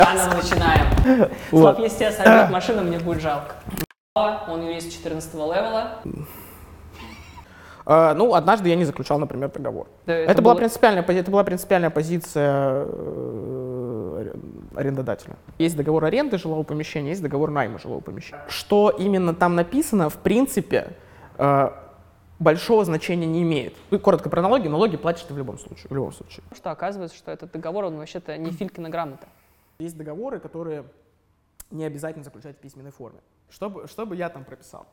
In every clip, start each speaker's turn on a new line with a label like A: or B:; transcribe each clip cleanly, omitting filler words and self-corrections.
A: Заново начинаем. Слав, если я собьет машину, мне будет жалко. Он юрист 14 левела.
B: Ну, однажды я не заключал, например, договор. Да, это была принципиальная позиция арендодателя. Есть договор аренды жилого помещения, есть договор найма жилого помещения. Что именно там написано, в принципе, большого значения не имеет. Коротко про налоги. Налоги платишь ты в любом случае.
A: Что оказывается, что этот договор, он вообще-то не Филькина грамота.
B: Есть договоры, которые не обязательно заключать в письменной форме. Что бы я там прописал?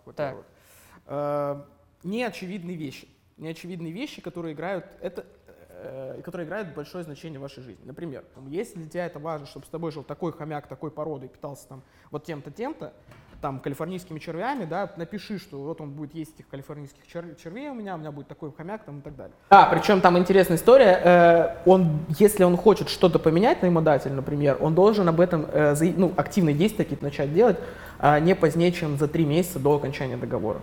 B: Неочевидные вещи, которые играют большое значение в вашей жизни. Например, если для тебя это важно, чтобы с тобой жил такой хомяк, такой породы, и питался там вот тем-то, там, калифорнийскими червями, да, напиши, что вот он будет есть этих калифорнийских червей у меня будет такой хомяк там и так далее. Причем там интересная история, если он хочет что-то поменять, наимодатель, например, он должен об этом активные действия какие-то начать делать не позднее, чем за 3 месяца до окончания договора.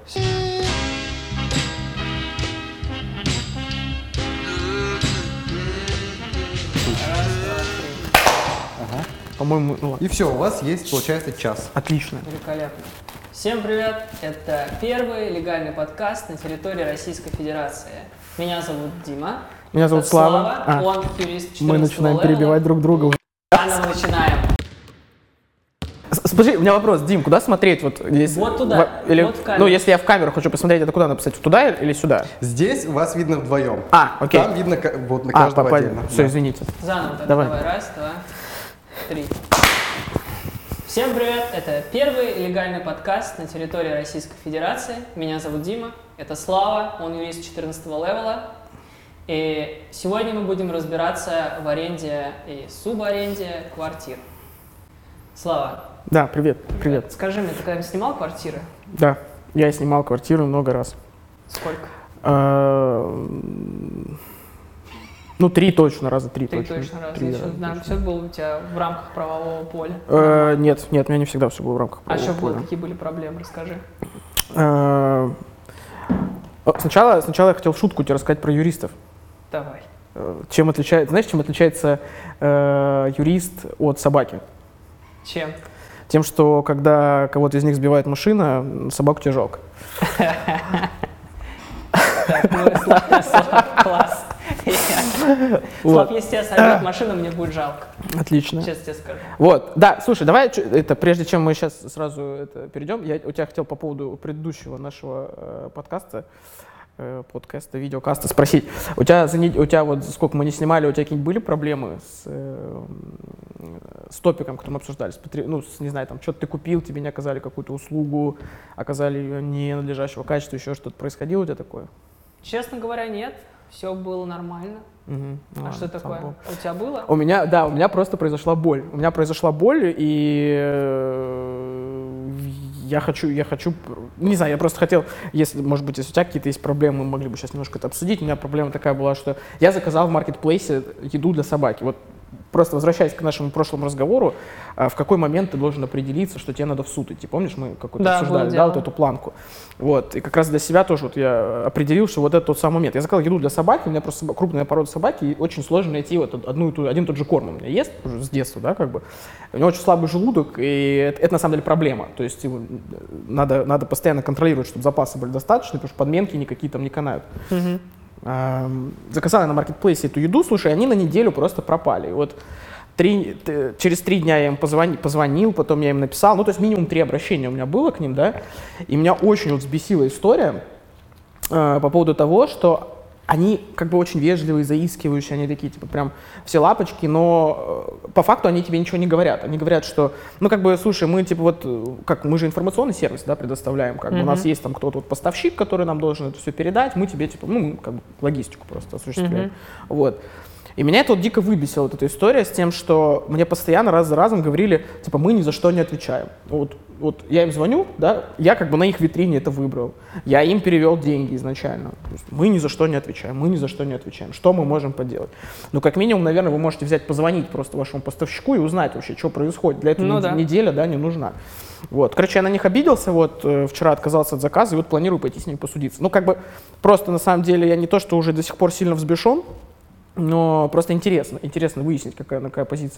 B: По-моему, ну ладно.
C: И все, у вас есть, получается, час.
B: Отлично.
A: Великолепно. Всем привет! Это первый легальный подкаст на территории Российской Федерации. Меня зовут Дима.
B: Меня зовут Слава.
A: Он юрист 14
B: Мы начинаем перебивать друг друга.
A: Заново начинаем.
B: Подожди, у меня вопрос, Дим, куда смотреть? Вот
A: туда, вот в камеру.
B: Если я в камеру хочу посмотреть, это куда написать? Туда или сюда?
C: Здесь вас видно вдвоем.
B: Окей.
C: Там видно вот на каждого отдельно.
B: Все, извините.
A: Заново тогда. Давай. Раз, два, три. Всем привет! Это первый легальный подкаст на территории Российской Федерации. Меня зовут Дима, это Слава, он юрист 14 левела. И сегодня мы будем разбираться в аренде и субаренде квартир. Слава.
B: Да, привет.
A: Скажи мне, ты когда-нибудь снимал квартиры?
B: Да, я снимал квартиру много раз.
A: Сколько?
B: 3 точно, раза 3 точно.
A: Все было у тебя в рамках правового поля?
B: Нет, у меня не всегда все было в рамках правового поля.
A: Какие были проблемы, расскажи.
B: Сначала я хотел шутку тебе рассказать про юристов.
A: Давай.
B: Чем отличается юрист от собаки?
A: Чем?
B: Тем, что когда кого-то из них сбивает машина, собаку тебе жалко.
A: Так, Слав, класс. Слав, если тебя собьет машина, мне будет жалко.
B: Отлично.
A: Сейчас тебе скажу.
B: Вот, да, слушай, давай, прежде чем мы сейчас сразу перейдем, я у тебя хотел по поводу предыдущего нашего подкаста, видеокаста спросить. У тебя вот сколько мы не снимали, у тебя какие-нибудь были проблемы с топиком, который мы обсуждали? Не знаю, там, что-то ты купил, тебе не оказали какую-то услугу, оказали ее ненадлежащего качества, еще что-то происходило у тебя такое?
A: Честно говоря, нет. Все было нормально. Что такое? У тебя было?
B: У меня просто произошла боль. И я хочу, не знаю, я просто хотел, если у тебя какие-то есть проблемы, мы могли бы сейчас немножко это обсудить. У меня проблема такая была, что я заказал в маркетплейсе еду для собаки. Вот просто возвращаясь к нашему прошлому разговору, в какой момент ты должен определиться, что тебе надо в суд идти. Помнишь, мы какой-то обсуждали, вот эту планку. Вот, и как раз для себя тоже я определил, что вот это тот самый момент. Я заказал еду для собаки, у меня просто крупная порода собаки, и очень сложно найти один и тот же корм. У меня ест уже с детства, да, как бы. У него очень слабый желудок, и это на самом деле проблема. То есть надо постоянно контролировать, чтобы запасы были достаточны, потому что подменки никакие там не канают. Заказал я на маркетплейсе эту еду, слушай, они на неделю просто пропали. Вот через 3 дня я им позвонил, потом я им написал, то есть минимум 3 обращения у меня было к ним, да, и меня очень взбесила история по поводу того, что они как бы очень вежливые, заискивающие, они такие, типа, прям все лапочки, но по факту они тебе ничего не говорят. Они говорят, что, слушай, мы, типа, мы же информационный сервис, да, предоставляем, как бы, у нас есть там кто-то поставщик, который нам должен это все передать, мы тебе, типа, логистику просто осуществляем, вот. И меня это дико выбесила, вот эта история с тем, что мне постоянно раз за разом говорили, типа, мы ни за что не отвечаем. Вот я им звоню, да, я как бы на их витрине это выбрал, я им перевел деньги изначально. То есть мы ни за что не отвечаем, что мы можем поделать? Как минимум, наверное, вы можете позвонить просто вашему поставщику и узнать вообще, что происходит. Для этого неделя, да, не нужна. Вот, короче, я на них обиделся, вчера отказался от заказа и планирую пойти с ними посудиться. Просто на самом деле я не то, что уже до сих пор сильно взбешен, но просто интересно выяснить, какая позиция.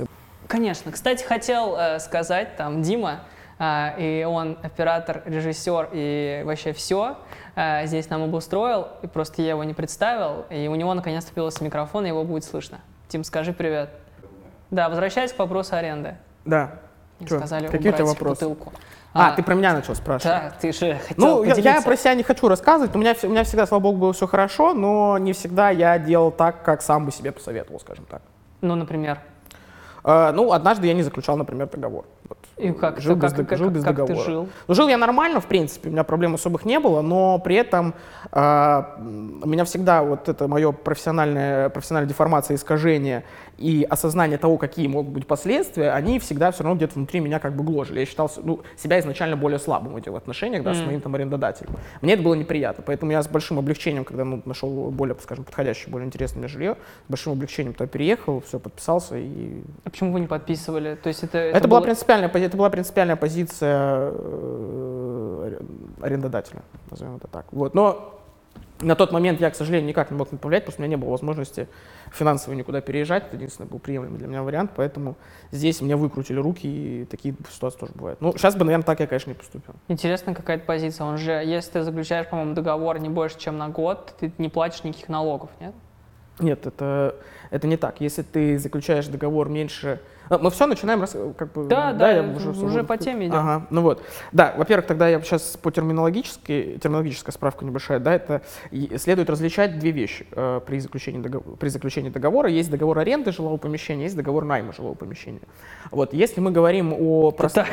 A: Конечно. Кстати, хотел сказать, там, Дима, и он оператор, режиссер и вообще все здесь нам обустроил, и просто я его не представил, и у него наконец-то появился микрофон, и его будет слышно. Тим, скажи привет. Да, возвращаясь к вопросу аренды.
B: Да.
A: Мне
B: Чё?
A: сказали
B: Какие у тебя
A: убрать
B: вопросы?
A: бутылку.
B: Ты про меня начал спрашивать.
A: Да, ты же хотел
B: Ну, я
A: поделиться.
B: про себя не хочу рассказывать. У меня всегда, слава богу, было все хорошо, но не всегда я делал так, как сам бы себе посоветовал, скажем так.
A: Ну, например.
B: Однажды я не заключал, например, договор. Вот.
A: И как
B: Жил без договора.
A: ты жил?
B: Ну, жил я нормально, в принципе, у меня проблем особых не было, но при этом у меня всегда вот это мое профессиональная деформация, искажение и осознание того, какие могут быть последствия, они всегда все равно где-то внутри меня как бы гложили. Я считал себя изначально более слабым в этих отношениях, да, с моим там арендодателем. Мне это было неприятно, поэтому я с большим облегчением, когда нашел более, скажем, подходящее, более интересное мне жилье, с большим облегчением туда переехал, все, подписался и...
A: А почему вы не подписывали? То есть
B: Это была принципиальная позиция арендодателя, назовем это так. Вот. Но на тот момент я, к сожалению, никак не мог повлиять, потому что у меня не было возможности финансово никуда переезжать. Это единственный был приемлемый для меня вариант, поэтому здесь мне выкрутили руки, и такие ситуации тоже бывают. Ну, сейчас бы, наверное, так я, конечно, не поступил.
A: Интересная какая-то позиция. Он же, если ты заключаешь, по-моему, договор не больше, чем на год, ты не платишь никаких налогов, нет?
B: Нет, это не так. Если ты заключаешь договор меньше... Мы все начинаем...
A: Да, я уже по теме идем.
B: Ага, ну вот. Да, во-первых, тогда я сейчас по терминологическая справка небольшая, да, это следует различать две вещи при заключении договора. Есть договор аренды жилого помещения, есть договор найма жилого помещения. Вот, если мы говорим о...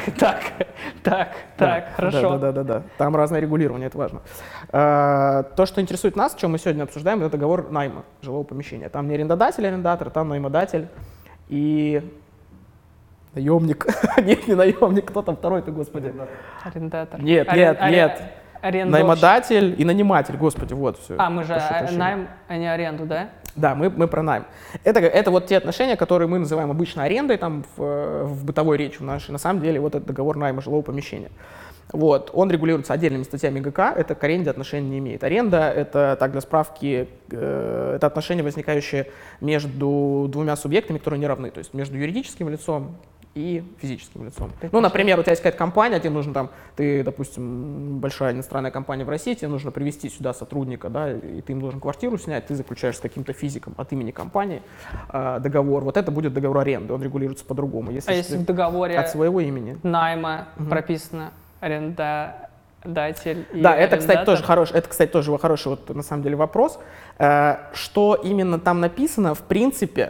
A: Так, хорошо.
B: Да. Там разное регулирование, это важно. То, что интересует нас, что мы сегодня обсуждаем, это договор найма жилого помещения. Там не арендодатель, там наймодатель и... Наемник. Нет, не наемник. Кто там второй-то, господи?
A: Арендатор.
B: Нет. Наймодатель и наниматель, господи, вот все.
A: Мы же найм, а не аренду, да?
B: Да, мы про найм. Это вот те отношения, которые мы называем обычно арендой там в бытовой речи нашей. На самом деле вот это договор найма жилого помещения. Вот, он регулируется отдельными статьями ГК, это к аренде отношения не имеет. Аренда — это, так для справки, это отношения, возникающие между двумя субъектами, которые не равны, то есть между юридическим лицом и физическим лицом. Ну, например, у тебя есть какая-то компания, тебе нужно ты, допустим, большая иностранная компания в России, тебе нужно привести сюда сотрудника, да, и ты им должен квартиру снять, ты заключаешь с каким-то физиком от имени компании договор. Вот это будет договор аренды, он регулируется по-другому.
A: Если в договоре
B: от своего имени
A: найма прописано арендодатель и
B: да, это, кстати, тоже хороший вот, на самом деле вопрос. Что именно там написано, в принципе,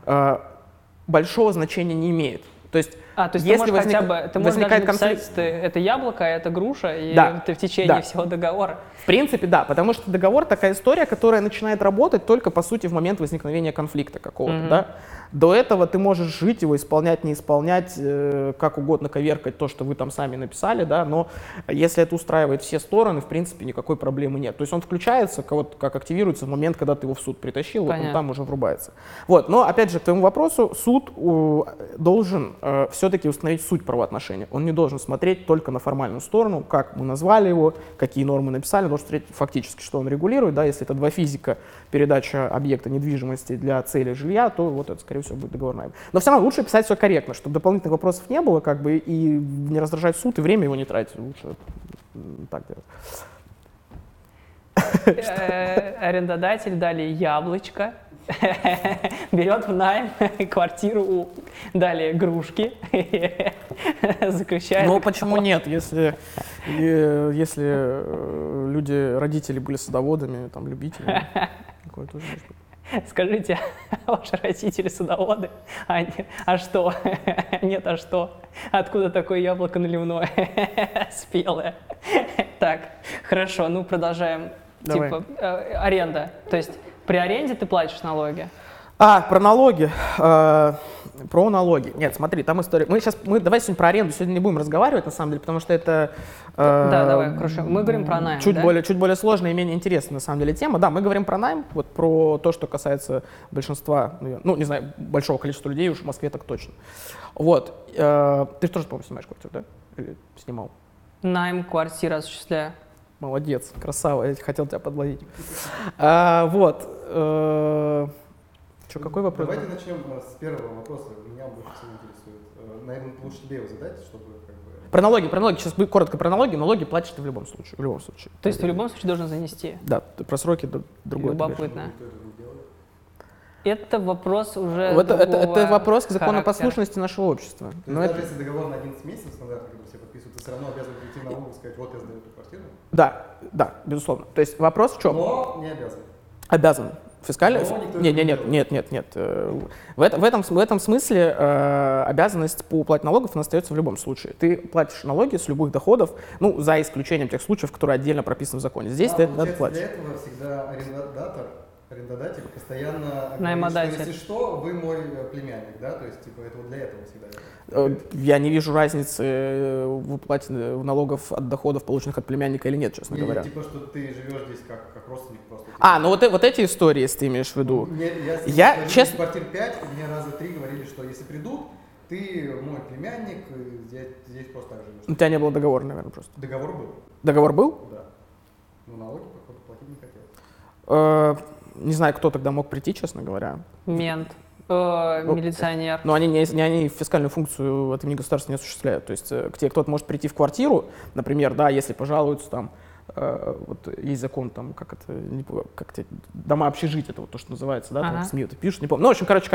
B: большого значения не имеет. То есть
A: ты можешь даже написать, это яблоко, а это груша, и ты в течение всего договора.
B: В принципе, да, потому что договор такая история, которая начинает работать только, по сути, в момент возникновения конфликта какого-то, да. До этого ты можешь жить его, исполнять, не исполнять, как угодно коверкать то, что вы там сами написали, да, но если это устраивает все стороны, в принципе, никакой проблемы нет. То есть он включается, как активируется в момент, когда ты его в суд притащил, вот он там уже врубается. Вот, но, опять же, к твоему вопросу, суд должен все-таки установить суть правоотношения. Он не должен смотреть только на формальную сторону, как мы назвали его, какие нормы написали, он должен смотреть фактически, что он регулирует, да, если это два физика, передача объекта недвижимости для цели жилья, то вот это, скорее всего, будет договор найма. Но все равно лучше писать все корректно, чтобы дополнительных вопросов не было, как бы, и не раздражать суд, и время его не тратить. Лучше так делать.
A: Арендодатель, далее яблочко, берет в найм квартиру далее грушки, заключает...
B: Ну, почему нет, если родители были садоводами, там, любителями, такое тоже может быть.
A: Скажите, ваши родители садоводы? А что? Нет, а что? Откуда такое яблоко наливное? Спелое. Так, хорошо, ну продолжаем.
B: Давай.
A: Типа, аренда. То есть при аренде ты платишь налоги?
B: Про налоги. Про налоги. Нет, смотри, там история. Давай сегодня про аренду сегодня не будем разговаривать, на самом деле, потому что это...
A: Да, давай, хорошо. Мы говорим про найм,
B: чуть более сложная и менее интересная, на самом деле, тема. Да, мы говорим про найм, вот про то, что касается большинства, ну, не знаю, большого количества людей, уж в Москве так точно. Вот. Ты же тоже, по-моему, снимаешь квартиру, да? Или снимал?
A: Найм квартиры осуществляю.
B: Молодец, красава, я хотел тебя подловить. Вот. Что, какой вопрос?
C: Давайте начнем с первого вопроса. Меня больше всего интересует. Наверное, лучше тебе его задать, чтобы как бы...
B: Про налоги. Сейчас будет коротко про налоги. Налоги платишь ты в любом случае.
A: То есть ты в любом случае должен занести?
B: Да, про сроки другое.
A: Любопытно. Это вопрос уже
B: это вопрос к
A: характера.
B: законопослушности нашего общества.
C: То есть даже если договор на 11 месяцев стандартный, когда все подписывают, ты все равно обязан прийти в налог и сказать, вот я сдаю эту квартиру?
B: Да, безусловно. То есть вопрос в чем?
C: Но не обязан.
B: Обязан. Фискальный? Нет. В этом смысле обязанность по уплате налогов она остается в любом случае. Ты платишь налоги с любых доходов, ну, за исключением тех случаев, которые отдельно прописаны в законе. Здесь ты это платишь.
C: Для этого всегда арендодатель постоянно
A: Наймодатель.
C: говорит, что если что, вы мой племянник, да, то есть типа это вот для этого всегда.
B: Я не вижу разницы в уплате налогов от доходов, полученных от племянника или нет, честно говоря.
C: Типа, что ты живешь здесь как родственник просто.
B: Ну вот эти истории, если ты имеешь в виду.
C: Я честно... квартир 5, и мне раза 3 говорили, что если придут, ты мой племянник, здесь просто так живешь.
B: У тебя не было договора, наверное, просто.
C: Договор был.
B: Договор был?
C: Да. Но налоги, походу, платить не хотел.
B: Не знаю, кто тогда мог прийти, честно говоря.
A: Мент, милиционер.
B: Но они фискальную функцию от имени государства не осуществляют. То есть к тебе кто-то может прийти в квартиру, например, да, если пожалуются там, вот есть закон, там, как дома общежития, это вот то, что называется, да, там в СМИ это пишут, не помню. Ну, в общем, короче,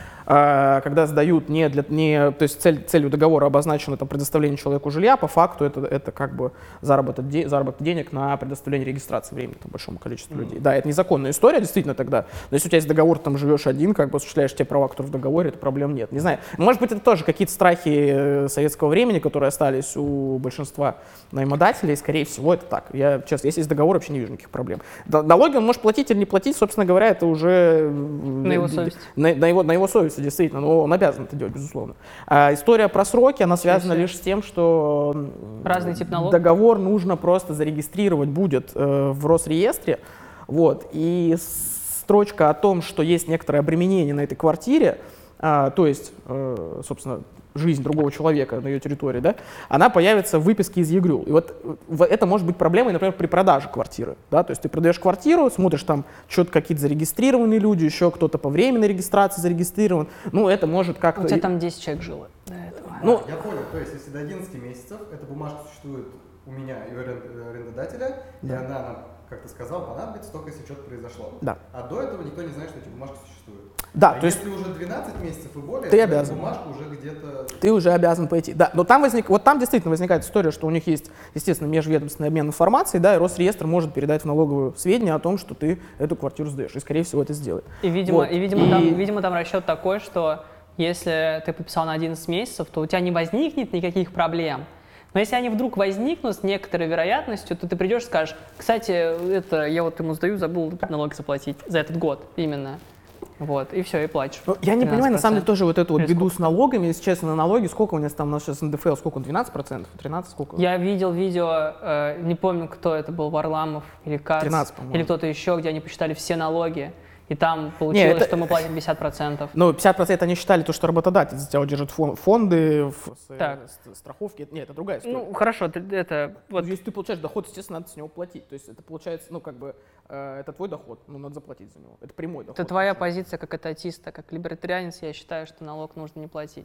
B: когда сдают то есть целью договора обозначено там предоставление человеку жилья, по факту это как бы заработок денег на предоставление регистрации времени там, большому количеству людей. Да, это незаконная история, действительно, тогда. Но если у тебя есть договор, ты там живешь один, как бы осуществляешь те права, которые в договоре, то проблем нет. Не знаю, может быть, это тоже какие-то страхи советского времени, которые остались у большинства наймодателей, скорее всего, это так. Я, честно, если есть договор, вообще не вижу никаких проблем. Налоги он может платить или не платить, собственно говоря, это уже...
A: На его совести.
B: На его совести, действительно, но он обязан это делать, безусловно. А история про сроки, она связана лишь с тем, что
A: разный тип налогов.
B: Договор нужно просто зарегистрировать будет в Росреестре, вот, и строчка о том, что есть некоторое обременение на этой квартире, то есть, собственно, жизнь другого человека на ее территории, да, она появится в выписке из ЕГРЮЛ. И вот это может быть проблемой, например, при продаже квартиры. Да? То есть ты продаешь квартиру, смотришь, там что-то какие-то зарегистрированные люди, еще кто-то по временной регистрации зарегистрирован. Ну, это может как-то...
A: У тебя там 10 человек жило до этого.
C: Я понял. То есть если до 11 месяцев эта бумажка существует у меня и у арендодателя, да. И она нам, как ты сказал, понадобится только если что-то произошло.
B: Да.
C: А до этого никто не знает, что эти бумажки существуют.
B: Да,
C: то если уже 12 месяцев и более,
B: ты
C: то
B: обязан.
C: бумажка уже где-то...
B: Ты уже обязан пойти. Да, но там действительно возникает история, что у них есть, естественно, межведомственный обмен информацией, да, и Росреестр может передать в налоговую сведения о том, что ты эту квартиру сдаешь, и, скорее всего, это сделает.
A: И, видимо, там расчет такой, что если ты подписал на 11 месяцев, то у тебя не возникнет никаких проблем. Но если они вдруг возникнут с некоторой вероятностью, то ты придешь и скажешь, кстати, я вот ему сдаю, забыл налоги заплатить за этот год именно. Вот, и все, и платишь.
B: Я не понимаю, на самом деле, тоже вот эту вот беду с налогами, если честно, на налоги, сколько у нас там сейчас НДФЛ, сколько он, 12%, 13%, сколько?
A: Я видел видео, не помню, кто это был, Варламов или Кац,
B: 13, по-моему.
A: или кто-то еще, где они посчитали все налоги, и там получилось, что мы платим 50%.
B: Ну, 50% они считали то, что работодатель за тебя удержит фонды, страховки. Нет, это другая история.
A: Ну, хорошо, это... Вот.
B: Если ты получаешь доход, естественно, надо с него платить. То есть это получается, ну, как бы, это твой доход, но надо заплатить за него. Это прямой доход.
A: Это твоя позиция как этатиста, как либертарианец, я считаю, что налог нужно не платить.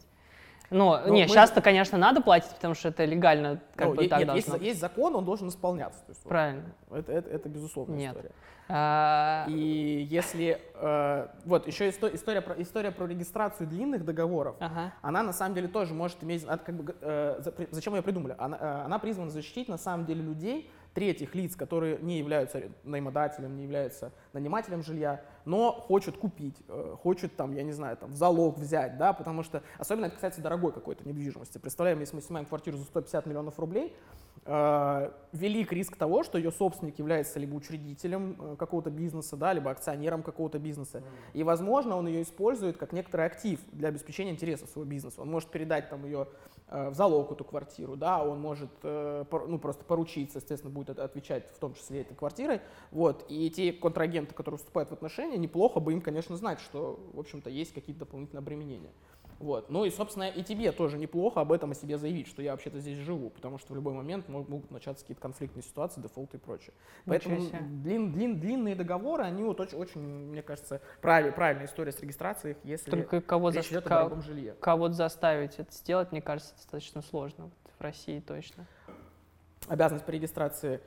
A: Сейчас-то, конечно, надо платить, потому что это легально, так должно быть.
B: Есть закон, он должен исполняться. То есть,
A: правильно.
B: Это безусловная история. И если... Вот, еще история про регистрацию длинных договоров, она на самом деле тоже может иметь... Зачем ее придумали? Она призвана защитить на самом деле людей, третьих лиц, которые не являются наймодателем, не являются нанимателем жилья, но хочет купить, хочет там, я не знаю, там в залог взять, да, потому что, особенно это касается дорогой какой-то недвижимости. Представляем, если мы снимаем квартиру за 150 миллионов рублей, велик риск того, что ее собственник является либо учредителем какого-то бизнеса, да, либо акционером какого-то бизнеса. И, возможно, он ее использует как некоторый актив для обеспечения интересов своего бизнеса. Он может передать там ее в залог, эту квартиру, да, он может просто поручиться, естественно, будет отвечать в том числе этой квартирой. Вот. И те контрагенты, которые вступают в отношения, неплохо бы им, конечно, знать, что, в общем-то, есть какие-то дополнительные обременения. Вот. Ну и, собственно, и тебе тоже неплохо об этом о себе заявить, что я вообще-то здесь живу, потому что в любой момент могут начаться какие-то конфликтные ситуации, дефолты и прочее. Поэтому длинные договоры, они вот очень, мне кажется, правильная история с регистрацией, если речь идет о дорогом жилье.
A: Кого-то заставить это сделать, мне кажется, достаточно сложно. Вот в России точно.
B: Обязанность по регистрации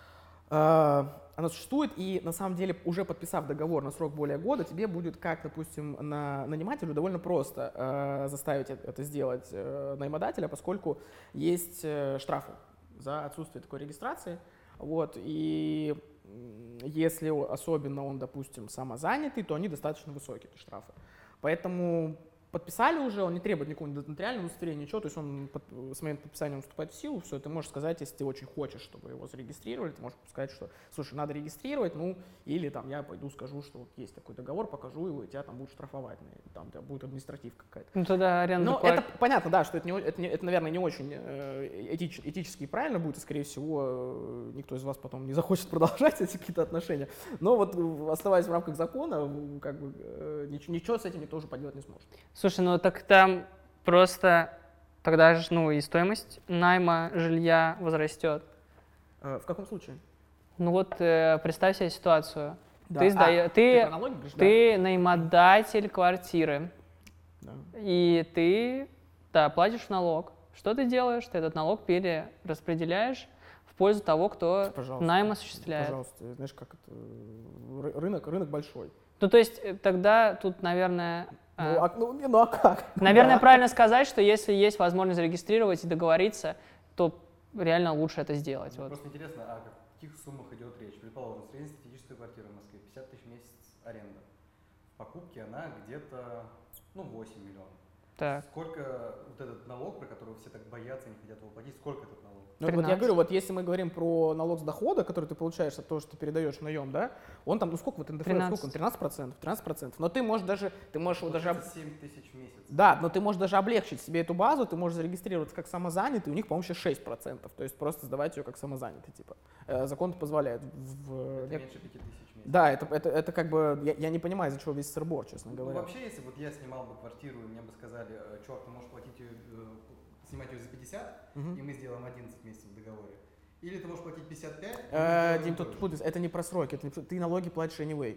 B: она существует, и на самом деле, уже подписав договор на срок более года, тебе будет, как, допустим, нанимателю довольно просто заставить это сделать наймодателя, поскольку есть штрафы за отсутствие такой регистрации. Вот, и если особенно он, допустим, самозанятый, то они достаточно высокие, эти штрафы. Поэтому подписали уже, он не требует никакого нотариального удостоверения, ничего, то есть он с момента подписания он вступает в силу, все, ты можешь сказать, если ты очень хочешь, чтобы его зарегистрировали, ты можешь сказать, что, слушай, надо регистрировать, ну, или там я пойду скажу, что вот есть такой договор, покажу его, и тебя там будут штрафовать, там у тебя будет административка какая-то.
A: Ну, тогда аренда
B: Но это понятно, да, что это, наверное, не очень этически и правильно будет, и, скорее всего, никто из вас потом не захочет продолжать эти какие-то отношения, но вот, оставаясь в рамках закона, как бы, ничего с этим никто уже поделать не сможет.
A: Слушай, ну так там просто тогда же, ну, и стоимость найма жилья возрастет.
B: В каком случае?
A: Ну вот представь себе ситуацию.
B: Да.
A: Ты наймодатель квартиры,
B: да.
A: И ты, да, платишь налог. Что ты делаешь? Ты этот налог перераспределяешь в пользу того, кто найм осуществляет.
B: Пожалуйста, знаешь, как это, рынок большой.
A: Ну, то есть тогда тут, наверное...
B: а как?
A: Наверное, правильно сказать, что если есть возможность зарегистрировать и договориться, то реально лучше это сделать.
C: Вот. Просто интересно, о каких суммах идет речь? Предположим, среднестатистическая квартира в Москве 50 тысяч в месяц аренда. В покупке она где-то 8 миллионов.
A: Так.
C: Сколько вот этот налог, про который все так боятся и не хотят его платить, сколько этот налог?
B: Ну, вот я говорю, вот если мы говорим про налог с дохода, который ты получаешь от того, что ты передаешь в наем, да, он там, ну сколько вот НДФЛ, сколько он? 13%. Но ты можешь его даже...
C: 7 тысяч в месяц.
B: Да, но ты можешь даже облегчить себе эту базу, ты можешь зарегистрироваться как самозанятый, у них, по-моему, еще 6%. То есть просто сдавать ее как самозанятый, типа. Закон позволяет.
C: Это меньше 5 тысяч в месяц.
B: Да, это как бы, я не понимаю, из-за чего весь сырбор, честно говоря.
C: Ну, вообще, если вот я снимал бы квартиру, и мне бы сказали, чувак, ты можешь платить ее, снимать ее за 50, и мы сделаем 11 месяцев в договоре. Или ты можешь платить 55.
B: Дим, тут это не про сроки, ты налоги платишь anyway.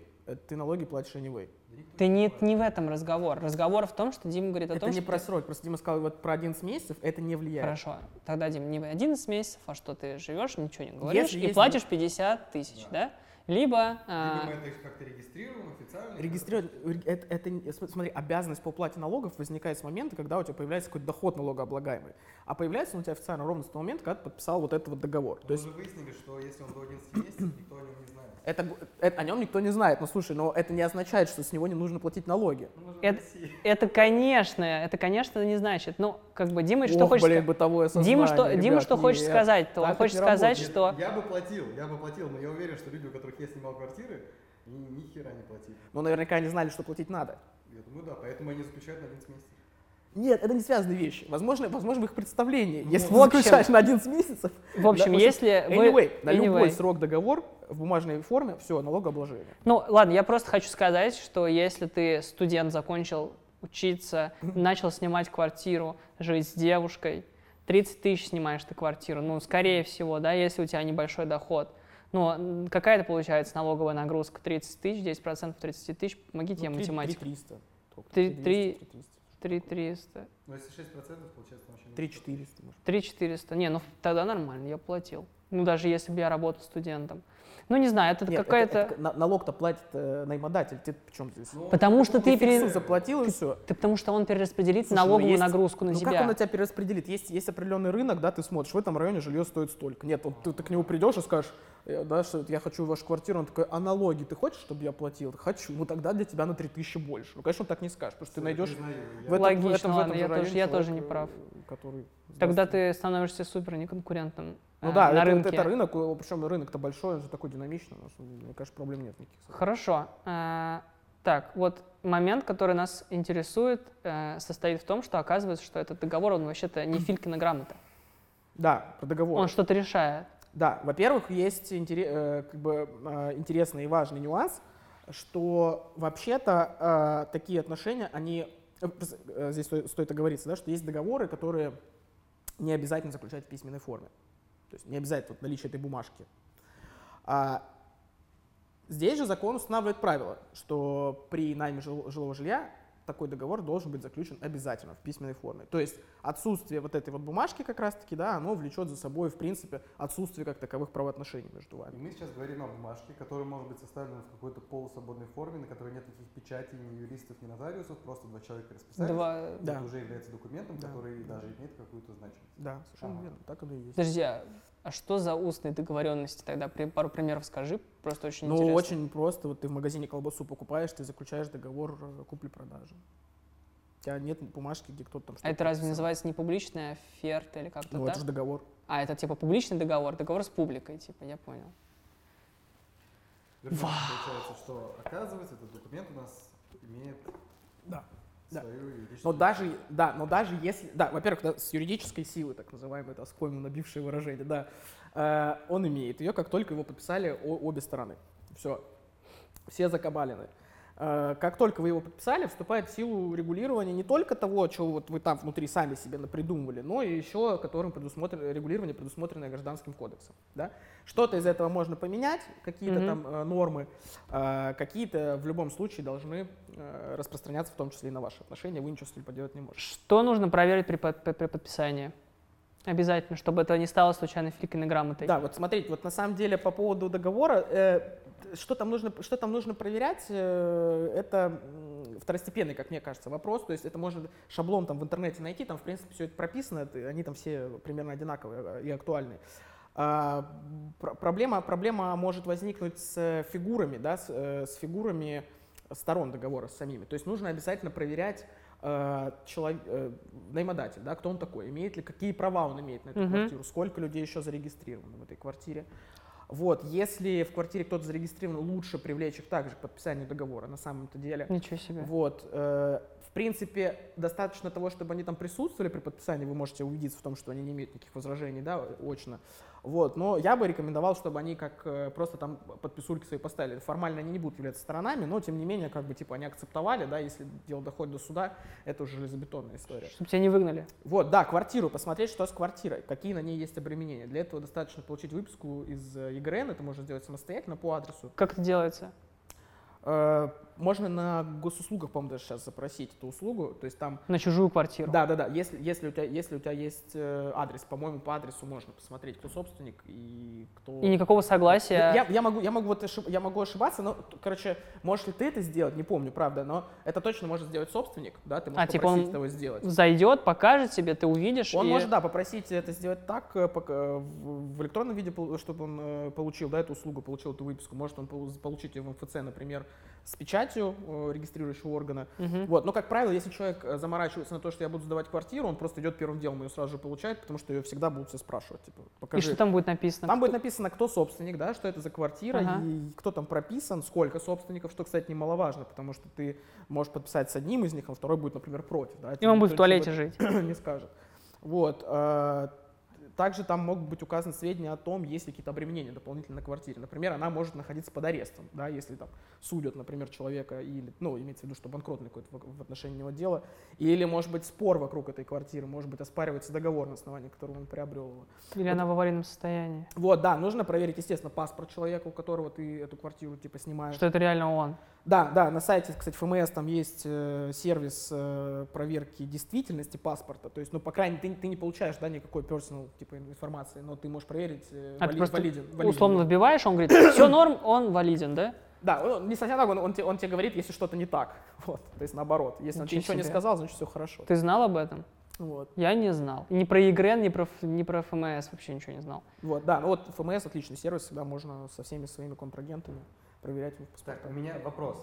A: Ты не в этом разговор. Разговор в том, что Дима говорит о том,
B: что... Это не про
A: срок,
B: просто Дима сказал вот про 11 месяцев, это не влияет.
A: Хорошо, тогда, Дим, не 11 месяцев, а что ты живешь, ничего не говоришь, и платишь 50 тысяч, да? Либо
C: мы это как-то регистрируем официально.
B: Регистрировать, смотри, обязанность по уплате налогов возникает с момента, когда у тебя появляется какой-то доход налогооблагаемый. А появляется он у тебя официально ровно с того момента, когда ты подписал вот этот вот договор.
C: Мы уже выяснили, что если он до 11 месяцев, никто о нем не знает.
B: О нем никто не знает. Но слушай, но это не означает, что с него не нужно платить налоги.
A: Это, конечно, не значит. Ну, как бы Дима что хочет сказать?
B: Бытовое сознание,
A: Дима что хочет сказать? Он хочет сказать, что...
C: Я бы платил, но я уверен, что люди, у которых я снимал квартиры, ни хера не платили.
B: Но наверняка они знали, что платить надо.
C: Я думаю, да, поэтому они заключают на 11 месяцев.
B: Нет, это не связанные вещи. Возможно, в их представлении. Если ты заключаешь на 11 месяцев...
A: В общем, если вы...
B: на любой срок договор в бумажной форме, все, налогообложение.
A: Ну, ладно, я просто хочу сказать, что если ты студент, закончил учиться, начал снимать квартиру, жить с девушкой, 30 тысяч снимаешь ты квартиру, ну, скорее всего, да, если у тебя небольшой доход. Ну, какая-то получается налоговая нагрузка? 30 тысяч, 10% 30 тысяч, помогите мне математику. 300.
C: Ну, если 6%, получается, вообще...
B: 3400, может.
A: 3400. Не, ну тогда нормально, я платил. Ну, даже если бы я работал студентом. Ну, не знаю, это какая-то...
B: Налог-то платит наймодатель, ты в чем здесь?
A: Потому что ты
B: заплатил и все.
A: Потому что он перераспределит налоговую нагрузку на себя.
B: Как он на тебя перераспределит? Есть определенный рынок, да, ты смотришь, в этом районе жилье стоит столько. Нет, ты к нему придешь и скажешь, да, что я хочу вашу квартиру, он такой, а налоги ты хочешь, чтобы я платил? Хочу. Ну тогда для тебя на 3000 больше. Ну, конечно, он так не скажешь, потому что ты найдешь
A: логично, ладно, я тоже не прав.
B: Который...
A: Тогда ты становишься супер неконкурентным.
B: Ну да, на рынке. Это рынок, причем рынок-то большой, он же такой динамичный, мне кажется, проблем нет никаких.
A: Хорошо. Так, вот момент, который нас интересует, состоит в том, что оказывается, что этот договор, он вообще-то не Филькина грамота.
B: Да, про договор.
A: Он что-то решает.
B: Да, во-первых, есть интересный и важный нюанс, что вообще-то такие отношения, они здесь стоит оговориться, да, что есть договоры, которые не обязательно заключать в письменной форме. То есть не обязательно вот наличие этой бумажки. Здесь же закон устанавливает правило, что при найме жилого жилья такой договор должен быть заключен обязательно в письменной форме. То есть отсутствие вот этой вот бумажки как раз-таки, да, оно влечет за собой, в принципе, отсутствие как таковых правоотношений между
C: И
B: вами.
C: мы сейчас говорим о бумажке, которая может быть составлена в какой-то полусвободной форме, на которой нет никаких печатей, ни юристов, ни нотариусов, просто два человека расписались. Это
B: Да.
C: уже является документом,
B: Да.
C: который даже имеет какую-то значимость.
B: Да, совершенно верно, так оно и есть.
A: Подожди, а что за устные договоренности тогда? Пару примеров скажи, просто очень
B: Ну,
A: интересно.
B: очень просто. Вот ты в магазине колбасу покупаешь, ты заключаешь договор купли-продажи. У тебя нет бумажки, где кто-то там что-то
A: А это разве
B: подписал.
A: называется не публичная оферта или как-то
B: Ну,
A: так?
B: это же договор.
A: А, это типа публичный договор с публикой, типа, я понял.
C: Получается, что оказывается, этот документ у нас имеет
B: Да. Да.
C: свою юридическую...
B: Но даже если, да, во-первых, да, с юридической силы, так называемой, это вспомнил набившее выражение, да, он имеет ее, как только его подписали обе стороны. Все закабалены. Как только вы его подписали, вступает в силу регулирование не только того, что вот вы там внутри сами себе напридумывали, но и еще которым регулирование, предусмотренное Гражданским кодексом. Да? Что-то из этого можно поменять, какие-то там нормы, какие-то в любом случае должны распространяться, в том числе и на ваши отношения, вы ничего с этим поделать не можете.
A: Что нужно проверить при подписании? Обязательно, чтобы это не стало случайной фликой грамотой.
B: Да, вот смотрите, вот на самом деле по поводу договора, что там нужно проверять, это второстепенный, как мне кажется, вопрос. То есть это можно шаблон там в интернете найти, там в принципе все это прописано, они там все примерно одинаковые и актуальные. Проблема может возникнуть с фигурами, да, с фигурами сторон договора с самими. То есть нужно обязательно проверять наймодатель, да, кто он такой, имеет ли, какие права он имеет на эту квартиру, сколько людей еще зарегистрировано в этой квартире. Вот, если в квартире кто-то зарегистрирован, лучше привлечь их также к подписанию договора на самом-то деле.
A: Ничего себе.
B: Вот, в принципе, достаточно того, чтобы они там присутствовали при подписании, вы можете убедиться в том, что они не имеют никаких возражений, да, очно. Вот, но я бы рекомендовал, чтобы они как просто там подписульки свои поставили. Формально они не будут являться сторонами, но тем не менее, как бы типа они акцептовали, да, если дело доходит до суда, это уже железобетонная история.
A: Чтобы тебя не выгнали.
B: Вот, да, квартиру, посмотреть, что с квартирой, какие на ней есть обременения. Для этого достаточно получить выписку из ЕГРН, это можно сделать самостоятельно по адресу.
A: Как это делается?
B: Можно на госуслугах, по-моему, даже сейчас запросить эту услугу, то есть там...
A: На чужую квартиру?
B: Да, если у тебя есть адрес, по-моему, по адресу можно посмотреть, кто собственник и кто...
A: И никакого согласия?
B: Я могу ошибаться, но, короче, можешь ли ты это сделать, не помню, правда, но это точно может сделать собственник, да, ты можешь попросить его сделать.
A: Зайдет, покажет тебе, ты увидишь.
B: Он может, да, попросить это сделать так, в электронном виде, чтобы он получил, да, эту услугу, получил эту выписку. Может он получить ее в МФЦ, например, с печатью регистрирующего органа. Вот. Но, как правило, если человек заморачивается на то, что я буду сдавать квартиру, он просто идет первым делом, ее сразу же получает, потому что ее всегда будут все спрашивать. Типа, покажи.
A: И что там будет написано?
B: Там будет написано, кто собственник, да, что это за квартира, и кто там прописан, сколько собственников, что, кстати, немаловажно, потому что ты можешь подписать с одним из них, а второй будет, например, против. Да,
A: И он будет в туалете жить.
B: Не скажет. Вот. Также там могут быть указаны сведения о том, есть ли какие-то обременения дополнительно на квартире. Например, она может находиться под арестом, да, если там судят, например, человека, или, ну, имеется в виду, что банкротное какое-то в отношении него дело, или, может быть, спор вокруг этой квартиры, может быть, оспаривается договор, на основании которого он приобрел его.
A: Или она в аварийном состоянии.
B: Вот, да, нужно проверить, естественно, паспорт человека, у которого ты эту квартиру, типа, снимаешь.
A: Что это реально он.
B: Да, на сайте, кстати, ФМС там есть сервис проверки действительности паспорта. То есть, ну, по крайней мере, ты не получаешь, да, никакой personal типа информации, но ты можешь проверить, валиден.
A: Условно вбиваешь, он говорит, все норм, он валиден, да?
B: Да, не совсем так, он тебе говорит, если что-то не так. Вот, то есть наоборот. Если он тебе ничего не сказал, значит все хорошо.
A: Ты знал об этом?
B: Вот.
A: Я не знал. Ни про ЕГРН, ни про ФМС вообще ничего не знал.
B: Вот, да, ну вот ФМС отличный сервис, всегда можно со всеми своими контрагентами проверять их паспорта.
C: Так, у меня вопрос.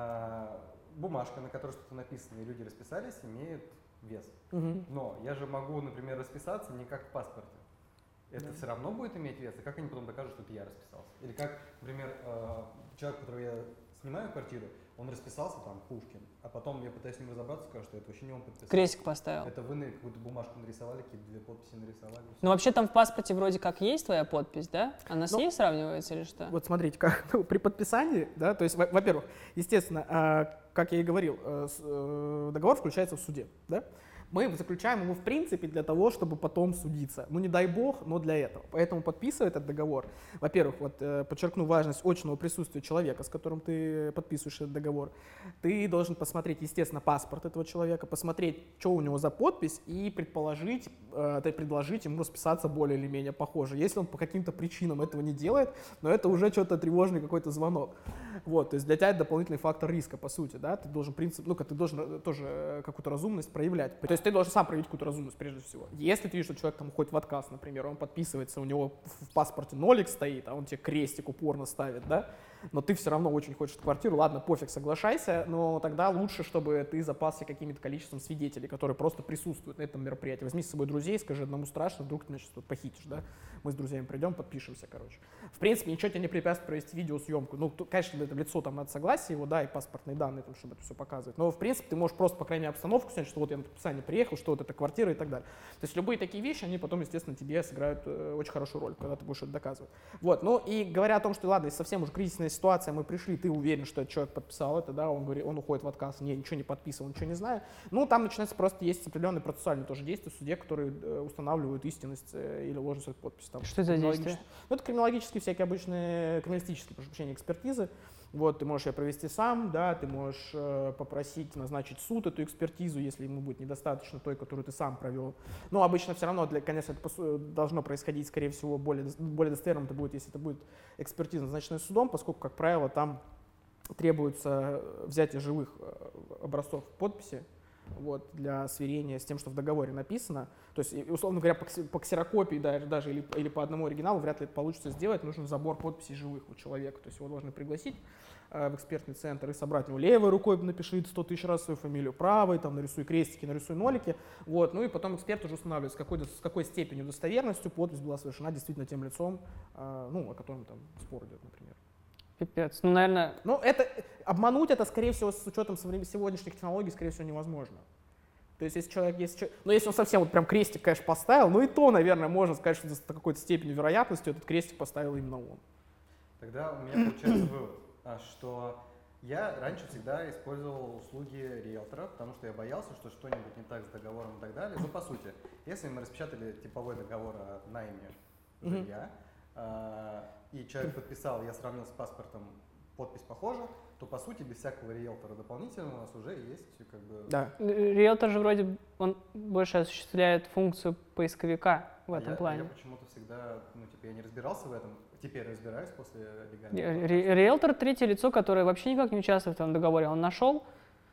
C: Бумажка, на которой что-то написано, и люди расписались, имеет вес. Но я же могу, например, расписаться не как в паспорте. Это все равно будет иметь вес? И как они потом докажут, что это я расписался? Или как, например, человек, которого я снимаю квартиру, он расписался, там, Пушкин, а потом я пытаюсь с ним разобраться, скажу, что это вообще не он подписал.
A: Крестик поставил.
C: Это вы какую-то бумажку нарисовали, какие-то две подписи нарисовали.
A: Ну, вообще там в паспорте вроде как есть твоя подпись, да? Она с ней сравнивается или что?
B: Вот смотрите, как при подписании, да, то есть, во-первых, естественно, как я и говорил, договор заключается в суде, да? Мы заключаем его в принципе для того, чтобы потом судиться. Ну не дай бог, но для этого. Поэтому подписывая этот договор, во-первых, подчеркну важность очного присутствия человека, с которым ты подписываешь этот договор. Ты должен посмотреть, естественно, паспорт этого человека, посмотреть, что у него за подпись и предложить ему расписаться более или менее похоже. Если он по каким-то причинам этого не делает, но это уже что-то тревожный какой-то звонок. Вот, то есть для тебя это дополнительный фактор риска, по сути, да, ты должен ты должен тоже какую-то разумность проявлять. То есть ты должен сам проявить какую-то разумность прежде всего. Если ты видишь, что человек там уходит в отказ, например, он подписывается, у него в паспорте нолик стоит, а он тебе крестик упорно ставит, да, но ты все равно очень хочешь эту квартиру, ладно, пофиг, соглашайся, но тогда лучше, чтобы ты запасся каким-то количеством свидетелей, которые просто присутствуют на этом мероприятии. Возьми с собой друзей, скажи, одному страшно, вдруг ты, значит, похитишь, да, мы с друзьями придем, подпишемся, короче. В принципе, ничего тебе не препятствует провести видеосъемку. Ну, конечно, это лицо там надо согласие его, да, и паспортные данные, там, чтобы это все показывать. Но, в принципе, ты можешь просто, по крайней мере, обстановку снять, что вот я на подписание приехал, что вот эта квартира и так далее. То есть любые такие вещи, они потом, естественно, тебе сыграют очень хорошую роль, когда ты будешь это доказывать. Вот, ну и говоря о том, что, ладно, если совсем уже кризисная ситуация, мы пришли, ты уверен, что этот человек подписал это, да, он говорит, он уходит в отказ, не, ничего не подписывал, ничего не знаю. Ну, там начинается просто, есть определенные процессуальные тоже действия в суде, которые устанавливают истинность или ложность этой подписи. Там,
A: что это за действия?
B: Ну, это криминологические всякие обычные, криминалистические, прошу прощения, экспертизы. Вот, ты можешь ее провести сам, да, ты можешь попросить назначить суд эту экспертизу, если ему будет недостаточно той, которую ты сам провел. Но обычно все равно, конечно, это должно происходить, скорее всего, более достоверным это будет, если это будет экспертиза, назначенная судом, поскольку, как правило, там требуется взятие живых образцов подписи, вот, для сверения с тем, что в договоре написано. То есть, условно говоря, по ксерокопии даже или по одному оригиналу вряд ли это получится сделать. Нужен забор подписей живых у человека. То есть его должны пригласить в экспертный центр и собрать его левой рукой, напиши 100 тысяч раз свою фамилию, правой, там, нарисуй крестики, нарисуй нолики. Вот. Ну и потом эксперт уже устанавливает, с какой степенью достоверностью подпись была совершена действительно тем лицом, о котором там спор идет, например.
A: Пипец. Ну, наверное...
B: Ну, обмануть это, скорее всего, с учетом сегодняшних технологий, скорее всего, невозможно. То есть, если он совсем вот прям крестик, конечно, поставил, ну и то, наверное, можно сказать, что с какой-то степенью вероятности этот крестик поставил именно он.
C: Тогда у меня получается вывод, что я раньше всегда использовал услуги риэлтора, потому что я боялся, что что-нибудь не так с договором и так далее. Ну, по сути, если мы распечатали типовой договор о найме жилья, и человек подписал, я сравнил с паспортом, подпись похожа, то по сути без всякого риэлтора дополнительного у нас уже есть как бы...
A: Да. Риэлтор же вроде, он больше осуществляет функцию поисковика в этом плане.
C: Я почему-то всегда, я не разбирался в этом, теперь разбираюсь после легального.
A: Риэлтор — третье лицо, которое вообще никак не участвует в этом договоре. Он нашел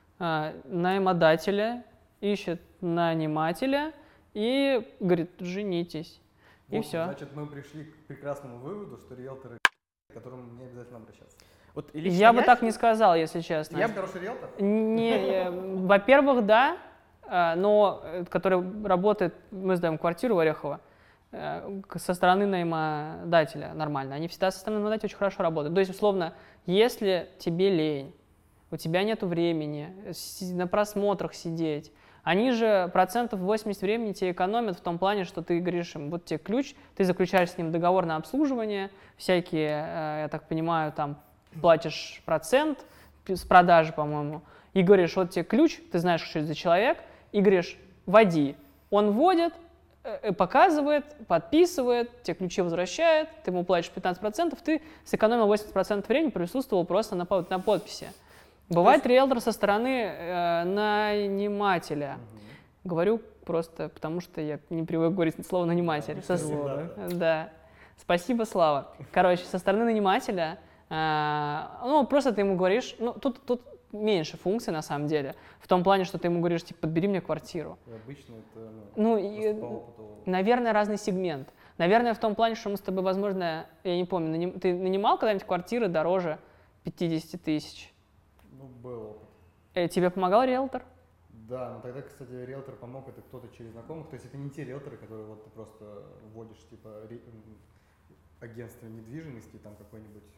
A: наймодателя, ищет нанимателя и говорит, женитесь. И
C: Вот,
A: все.
C: Значит, мы пришли к прекрасному выводу, что риэлторы, к которым не обязательно обращаться.
B: Вот
A: я бы так не сказал, если честно.
C: Я хороший риэлтор?
A: Во-первых, да, но который работает, мы сдаем квартиру в Орехово, со стороны наймодателя нормально. Они всегда со стороны наймодателя очень хорошо работают. То есть, условно, если тебе лень, у тебя нет времени на просмотрах сидеть, они же 80% времени тебе экономят в том плане, что ты говоришь им, вот тебе ключ, ты заключаешь с ним договор на обслуживание, всякие, я так понимаю, там платишь процент с продажи, по-моему, и говоришь, вот тебе ключ, ты знаешь, что это за человек, и говоришь, вводи. Он вводит, показывает, подписывает, тебе ключи возвращает, ты ему платишь 15%, ты сэкономил 80% времени, присутствовал просто на подписи. Бывает риэлтор со стороны нанимателя. Говорю просто потому, что я не привык говорить слово наниматель. Да. Спасибо, Слава. Короче, со стороны нанимателя, просто ты ему говоришь, тут меньше функций на самом деле, в том плане, что ты ему говоришь, типа, подбери мне квартиру.
C: Обычно это,
A: наверное, разный сегмент. Наверное, в том плане, что мы с тобой, возможно, я не помню, ты нанимал когда-нибудь квартиры дороже 50 тысяч?
C: Был.
A: Тебе помогал риэлтор?
C: Да, но тогда, кстати, риэлтор помог, это кто-то через знакомых, то есть это не те риэлторы, которые вот ты просто вводишь, типа, агентство недвижимости, там какой-нибудь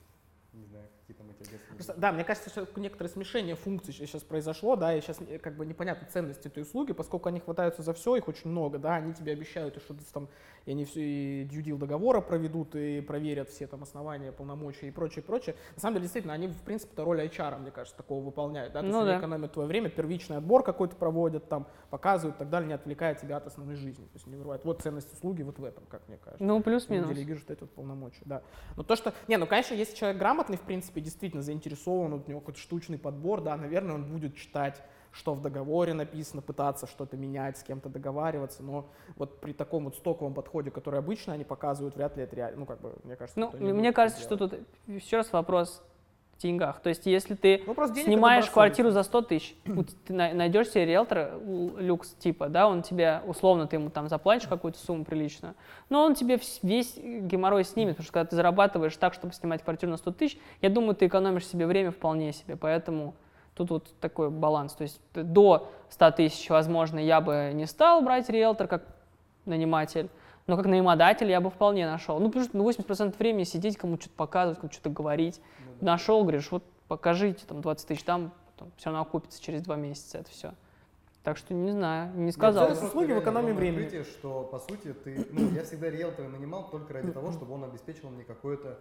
C: Не знаю, какие там эти ответственные.
B: Просто, да, мне кажется, что некоторое смешение функций сейчас произошло, да, и сейчас как бы непонятна ценность этой услуги, поскольку они хватаются за все, их очень много, да, они тебе обещают, что ты там, и они все и due deal договора проведут, и проверят все там основания, полномочия и прочее, прочее. На самом деле, действительно, они, в принципе, роль HR, мне кажется, такого выполняют, да, то есть они экономят твое время, первичный отбор какой-то проводят, там, показывают и так далее, не отвлекая тебя от основной жизни, то есть не вырывают. Вот ценность услуги вот в этом, как мне кажется.
A: Ну, плюс-минус.
B: Делегируют эти вот полномочия, да. Но то, что, не, ну, конечно, если человек грамотный, в принципе, действительно заинтересован, вот у него какой-то штучный подбор, да, наверное, он будет читать, что в договоре написано, пытаться что-то менять, с кем-то договариваться, но вот при таком вот стоковом подходе, который обычно они показывают, вряд ли это реально, ну, как бы, мне кажется,
A: ну, мне кажется, что тут еще раз вопрос в деньгах. То есть, если ты снимаешь квартиру за 100 тысяч, ты найдешь себе риэлтора люкс типа, да, он тебе, условно, ты ему там заплатишь какую-то сумму приличную, но он тебе весь геморрой снимет, потому что когда ты зарабатываешь так, чтобы снимать квартиру на 100 тысяч, я думаю, ты экономишь себе время вполне себе, поэтому тут вот такой баланс. То есть до 100 тысяч, возможно, я бы не стал брать риэлтор как наниматель, но как наимодатель я бы вполне нашел. Ну, потому что 80% времени сидеть, кому-то что-то показывать, кому-то что-то говорить. Нашел, говоришь, вот покажите, там 20 тысяч, там все равно окупится через 2 месяца это все. Так что не знаю, не сказал.
B: Это услуги в экономии времени.
C: Открытие, что по сути ты, ну, я всегда риэлтора нанимал только ради того, чтобы он обеспечил мне какое-то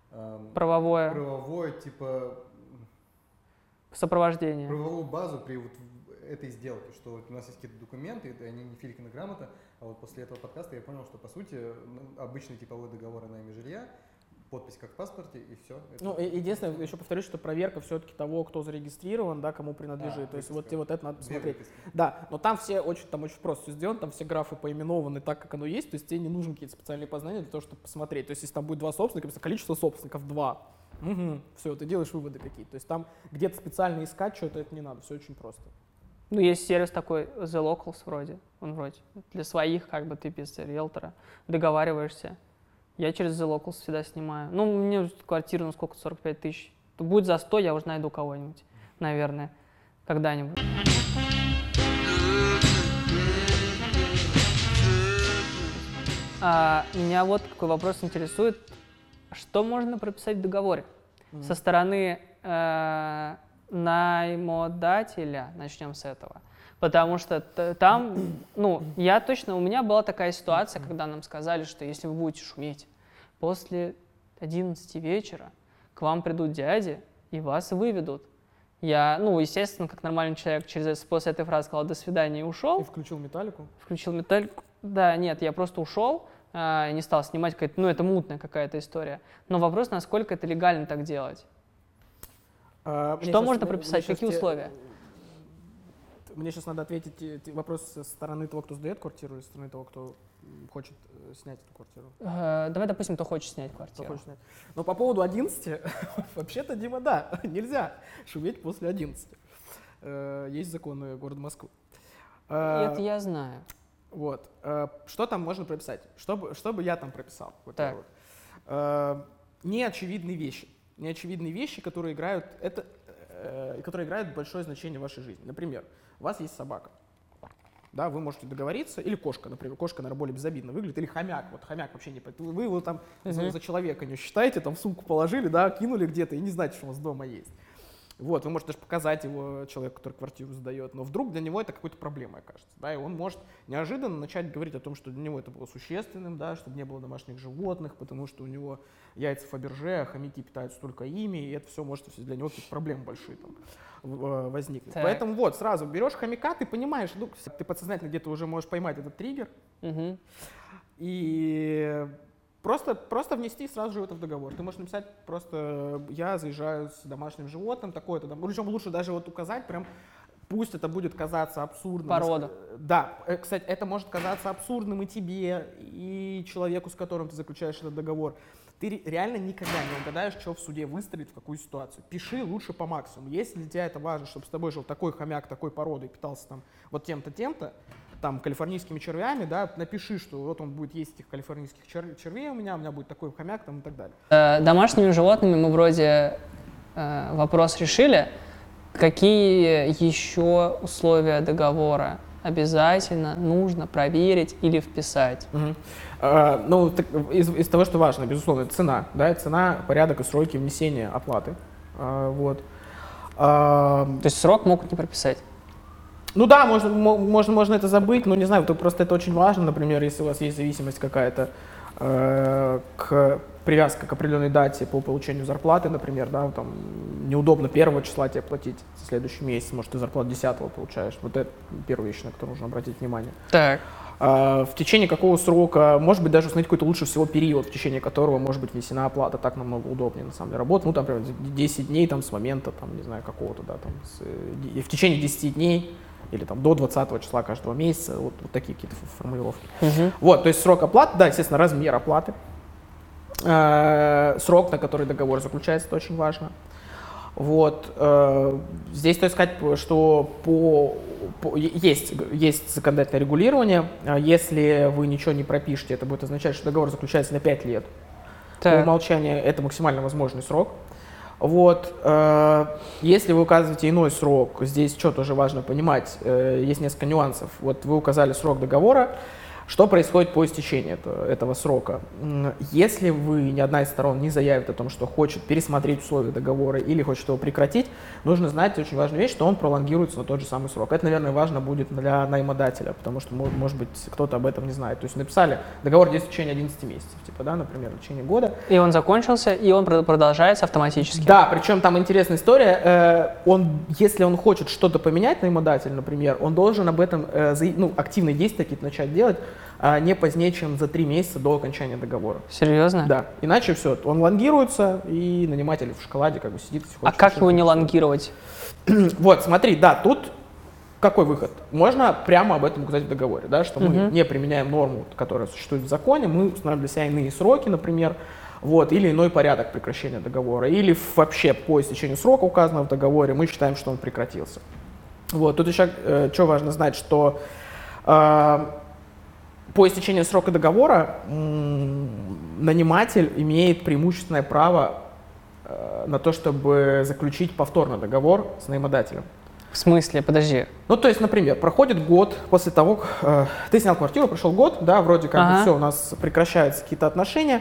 C: правовое типа
A: сопровождение.
C: Правовую базу при вот этой сделке, что вот у нас есть какие-то документы, они не Филькина грамота, а вот после этого подкаста я понял, что по сути обычный типовой договор о найме жилья, подпись как в паспорте и все.
B: Ну, единственное, еще повторюсь, что проверка все-таки того, кто зарегистрирован, да, кому принадлежит. То есть вот это надо посмотреть. Да, но там очень просто все сделано, там все графы поименованы так, как оно есть, то есть тебе не нужны какие-то специальные познания для того, чтобы посмотреть. То есть если там будет 2 собственника, количество собственников 2. Все, ты делаешь выводы какие-то. То есть там где-то специально искать что-то, это не надо, все очень просто.
A: Ну, есть сервис такой, The Locals вроде, он вроде для своих, как бы ты без риэлтора договариваешься. Я через The Locals всегда снимаю. Ну, мне квартира, ну, сколько, 45 тысяч. Будет за 100, я уже найду кого-нибудь, наверное, когда-нибудь. Меня вот какой вопрос интересует. Что можно прописать в договоре со стороны наймодателя? Начнем с этого. Потому что там, ну, у меня была такая ситуация, когда нам сказали, что если вы будете шуметь после 11 вечера, к вам придут дяди и вас выведут. Я, ну, естественно, как нормальный человек, после этой фразы сказал «до свидания» и ушел.
B: И включил металлику?
A: Включил металлику. Да, нет, я просто ушел. Не стал снимать, ну, это мутная какая-то история. Но вопрос, насколько это легально так делать. Что можно прописать, какие условия?
B: Мне сейчас надо ответить вопрос со стороны того, кто сдает квартиру, или со стороны того, кто хочет снять эту квартиру.
A: Давай, допустим, кто хочет снять квартиру.
B: Кто хочет снять. Но по поводу 11, вообще-то, Дима, да, нельзя шуметь после 11. Есть законы города Москвы.
A: Это я знаю.
B: Вот. Что там можно прописать? Что бы я там прописал?
A: Так.
B: Неочевидные вещи. Неочевидные вещи, которые играют большое значение в вашей жизни. Например, у вас есть собака. Да, вы можете договориться, или кошка, например. Кошка, наверное, более безобидно выглядит, или хомяк. Вот хомяк вообще не... Вы его там за человека не считаете, там в сумку положили, да, кинули где-то, и не знаете, что у вас дома есть. Вот, вы можете даже показать его человеку, который квартиру сдает, но вдруг для него это какой-то проблемой окажется, да, и он может неожиданно начать говорить о том, что для него это было существенным, да, чтобы не было домашних животных, потому что у него яйца Фаберже, а хомяки питаются только ими, и это все может для него какие-то проблемы большие там возникнуть. Так. Поэтому вот, сразу берешь хомяка, ты понимаешь, ну, ты подсознательно где-то уже можешь поймать этот триггер, и... Просто внести сразу же это в договор. Ты можешь написать просто «я заезжаю с домашним животным», такое-то. Причем лучше даже вот указать, прям пусть это будет казаться абсурдным.
A: Порода.
B: Да, кстати, это может казаться абсурдным и тебе, и человеку, с которым ты заключаешь этот договор. Ты реально никогда не угадаешь, что в суде выстрелит, в какую ситуацию. Пиши лучше по максимуму. Если для тебя это важно, чтобы с тобой жил такой хомяк, такой породы, и питался там вот тем-то, тем-то, там, калифорнийскими червями, да, напиши, что вот он будет есть этих калифорнийских червей у меня будет такой хомяк там и так далее.
A: Домашними животными мы вроде вопрос решили. Какие еще условия договора обязательно нужно проверить или вписать?
B: Ну, из того, что важно, безусловно, цена, да, цена, порядок и сроки внесения оплаты. Вот.
A: То есть срок могут не прописать?
B: Ну да, можно это забыть, но не знаю, просто это очень важно, например, если у вас есть зависимость какая-то привязка к определенной дате по получению зарплаты, например, да, там неудобно 1 числа тебе платить за следующий месяц, может, ты зарплату 10-го получаешь. Вот это первая вещь, на которую нужно обратить внимание.
A: Так.
B: В течение какого срока, может быть, даже установить какой-то лучше всего период, в течение которого может быть внесена оплата, так намного удобнее, на самом деле, работать. Ну, там, например, 10 дней там, с момента, там, не знаю, какого-то, да, там, в течение 10 дней или там до 20 числа каждого месяца, вот такие какие-то формулировки. Вот, то есть срок оплаты, да, естественно, размер оплаты, срок, на который договор заключается, это очень важно. Вот, здесь стоит сказать, что есть законодательное регулирование. Если вы ничего не пропишете, это будет означать, что договор заключается на 5 лет.
A: Так.
B: По умолчанию это максимально возможный срок. Вот, если вы указываете иной срок, здесь что тоже важно понимать, есть несколько нюансов. Вот вы указали срок договора. Что происходит по истечении этого срока? Если ни одна из сторон не заявит о том, что хочет пересмотреть условия договора или хочет его прекратить, нужно знать очень важную вещь, что он пролонгируется на тот же самый срок. Это, наверное, важно будет для наймодателя, потому что, может быть, кто-то об этом не знает. То есть написали, договор действует в течение 11 месяцев, типа, да, например, в течение года.
A: И он закончился, и он продолжается автоматически.
B: Да, причем там интересная история. Если он хочет что-то поменять, наймодатель, например, он должен об этом активные действия какие-то начать делать не позднее, чем за 3 месяца до окончания договора.
A: Серьезно?
B: Да. Иначе все, он лонгируется, и наниматель в шоколаде как бы сидит.
A: А как его не лонгировать?
B: Вот, смотри, да, тут какой выход? Можно прямо об этом указать в договоре, да, что мы не применяем норму, которая существует в законе, мы устанавливаем для себя иные сроки, например, вот, или иной порядок прекращения договора, или вообще по истечению срока, указанного в договоре, мы считаем, что он прекратился. Вот, тут еще что важно знать, что по истечению срока договора наниматель имеет преимущественное право на то, чтобы заключить повторно договор с наимодателем.
A: В смысле? Подожди.
B: Ну, то есть, например, проходит год после того, как ты снял квартиру, прошел год, да, вроде как бы все, у нас прекращаются какие-то отношения.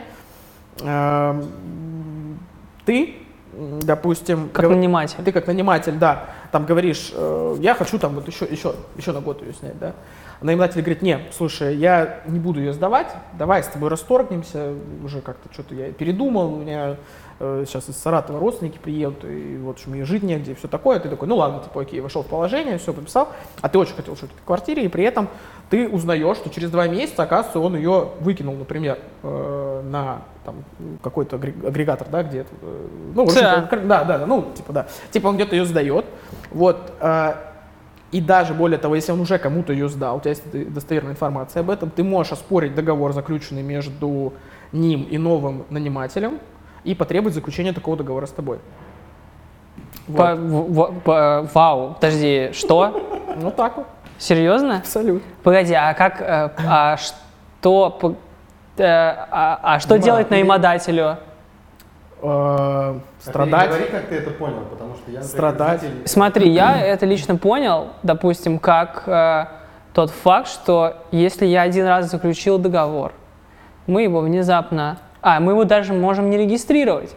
B: Ты, допустим...
A: Как наниматель.
B: Ты как наниматель, да, там говоришь, я хочу там вот еще на год ее снять, да. Наниматель говорит, нет, слушай, я не буду ее сдавать, давай с тобой расторгнемся, уже как-то что-то я передумал, у меня сейчас из Саратова родственники приедут, и вот мне жить негде, и все такое. Ты такой, ну ладно, типа, окей, вошел в положение, все подписал, а ты очень хотел жить в квартире, и при этом ты узнаешь, что через 2 месяца, оказывается, он ее выкинул, например, на там, какой-то агрегатор, да, где-то, ну, в общем, да, ну, типа он где-то ее сдает, вот, и даже более того, если он уже кому-то ее сдал, у тебя есть достоверная информация об этом, ты можешь оспорить договор, заключенный между ним и новым нанимателем, и потребовать заключения такого договора с тобой.
A: Вот. Вау, подожди, что?
B: Ну так вот.
A: Серьезно?
B: Абсолютно.
A: Погоди, а как, что делать наимодателю?
B: Страдать.
C: Не говори, как ты это понял, потому что я...
B: Страдать.
A: Смотри, я это лично понял, допустим, как тот факт, что если я один раз заключил договор, мы его внезапно... мы его даже можем не регистрировать,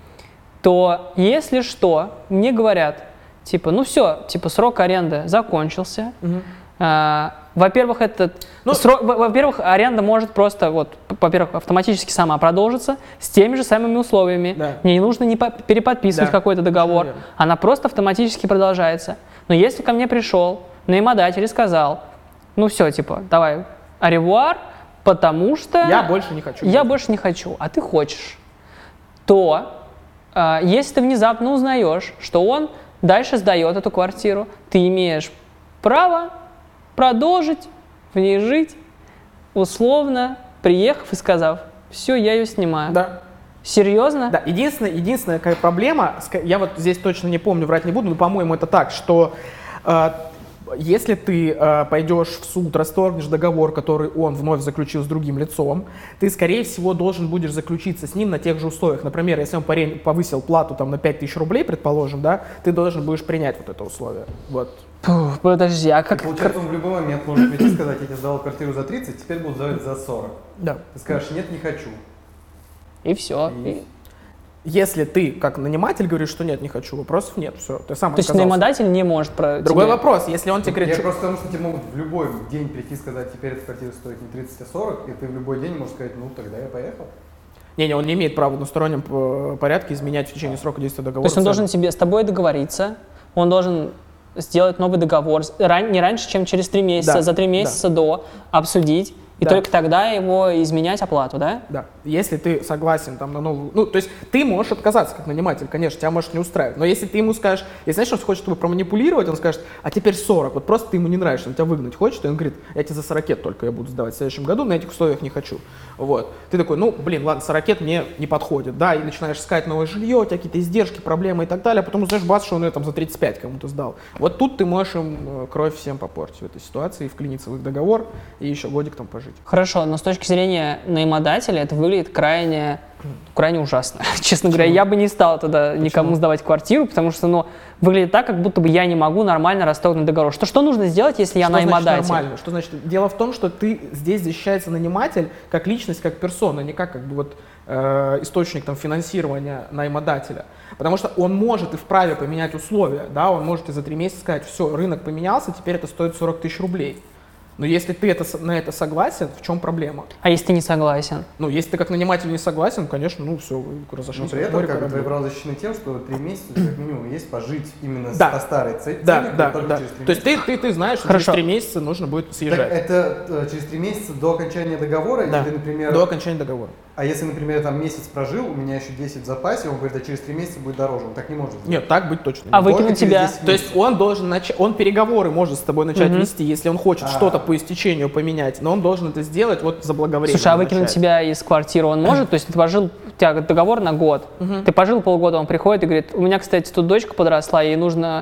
A: то если что, мне говорят, типа, ну все, типа срок аренды закончился. Во-первых, во-первых, аренда может просто, во-первых, автоматически сама продолжиться с теми же самыми условиями.
B: Да.
A: Мне не нужно переподписывать какой-то договор, она просто автоматически продолжается. Но если ко мне пришел наимодатель и сказал, ну все, типа, давай, аревуар, потому что...
B: Я больше не хочу.
A: Я больше не хочу, а ты хочешь. То, если ты внезапно узнаешь, что он дальше сдает эту квартиру, ты имеешь право продолжить в ней жить, условно, приехав и сказав, все, я ее снимаю.
B: Да.
A: Серьезно?
B: Да, единственная какая проблема, я вот здесь точно не помню, врать не буду, но, по-моему, это так, что Если ты пойдешь в суд, расторгнешь договор, который он вновь заключил с другим лицом, ты, скорее всего, должен будешь заключиться с ним на тех же условиях. Например, если он повысил плату там, на 5000 рублей, предположим, да, ты должен будешь принять вот это условие. Вот.
A: Подожди, а как...
C: Получается, он в любой момент может прийти и сказать: я тебе сдавал квартиру за 30, теперь буду сдавать за 40.
B: Да.
C: Ты скажешь: нет, не хочу.
A: И все.
B: Если ты, как наниматель, говоришь, что нет, не хочу, вопросов нет, все, ты сам
A: То есть
B: отказался.
A: наниматель не может
B: Другой вопрос, если он тебе говорит...
C: Я просто потому, что тебе могут в любой день прийти и сказать: теперь эта квартира стоит не 30, а 40, и ты в любой день можешь сказать: ну, тогда я поехал.
B: Не, он не имеет права в одностороннем порядке изменять в течение срока действия договора.
A: То есть он должен с тобой договориться, он должен сделать новый договор не раньше, чем через 3 месяца,
B: Да,
A: за 3 месяца до обсудить, и
B: Да.
A: только тогда его изменять оплату, да?
B: Да. Если ты согласен там на новую... Ну, то есть ты можешь отказаться как наниматель, конечно, тебя может не устраивать. Но если ты ему скажешь, если знаешь, он хочет с тобой проманипулировать, он скажет: а теперь 40, вот просто ты ему не нравишься, он тебя выгнать хочет, и он говорит: я тебе за 40 только я буду сдавать в следующем году, на этих условиях не хочу. Вот. Ты такой: ну, блин, ладно, 40 мне не подходит, да, и начинаешь искать новое жилье, у тебя какие-то издержки, проблемы и так далее, а потом узнаешь, бац, что он ее там за 35 кому-то сдал. Вот тут ты можешь им кровь всем попортить в этой ситуации, вклиниться в их договор и еще годик там пожить.
A: Хорошо, но с точки зрения наимодателя это выглядит крайне ужасно. Честно говоря, я бы не стал тогда никому сдавать квартиру, потому что, выглядит так, как будто бы я не могу нормально расторгнуть договор. Что нужно сделать, если я наимодатель?
B: Значит нормально? Что значит? Дело в том, что ты здесь защищается наниматель как личность, как персона, не как бы вот источник там финансирования наимодателя. Потому что он может и вправе поменять условия, да, он может и за 3 месяца сказать: все, рынок поменялся, теперь это стоит 40 000 рублей. Но если ты на это согласен, в чем проблема?
A: А если ты не согласен?
B: Ну, если ты как наниматель не согласен, конечно, все, разошлись.
C: Но при этом как бы твои права защищены тем, что 3 месяца как минимум есть пожить именно по старой цене.
B: Да. То есть ты знаешь, что через 3 месяца нужно будет съезжать.
C: Так это через 3 месяца до окончания договора?
B: Да,
C: или, например,
B: до окончания договора.
C: А если, например, там месяц прожил, у меня еще 10 в запасе, он говорит: а через 3 месяца будет дороже. Он так не может сделать.
B: Нет, так быть точно не
A: А
B: может.
A: выкинуть тебя?
B: То есть он должен он переговоры может с тобой начать вести, если он хочет что-то по истечению поменять, но он должен это сделать вот заблаговременно.
A: Слушай, а выкинуть тебя из квартиры он может? То есть ты у тебя договор на год, ты пожил полгода, он приходит и говорит: у меня, кстати, тут дочка подросла, ей нужно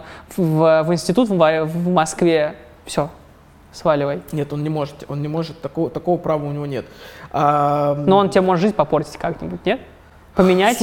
A: в институт в Москве. Все, сваливай.
B: Нет, он не может, такого права у него нет.
A: Но он тебе может жизнь попортить как-нибудь, нет? Поменять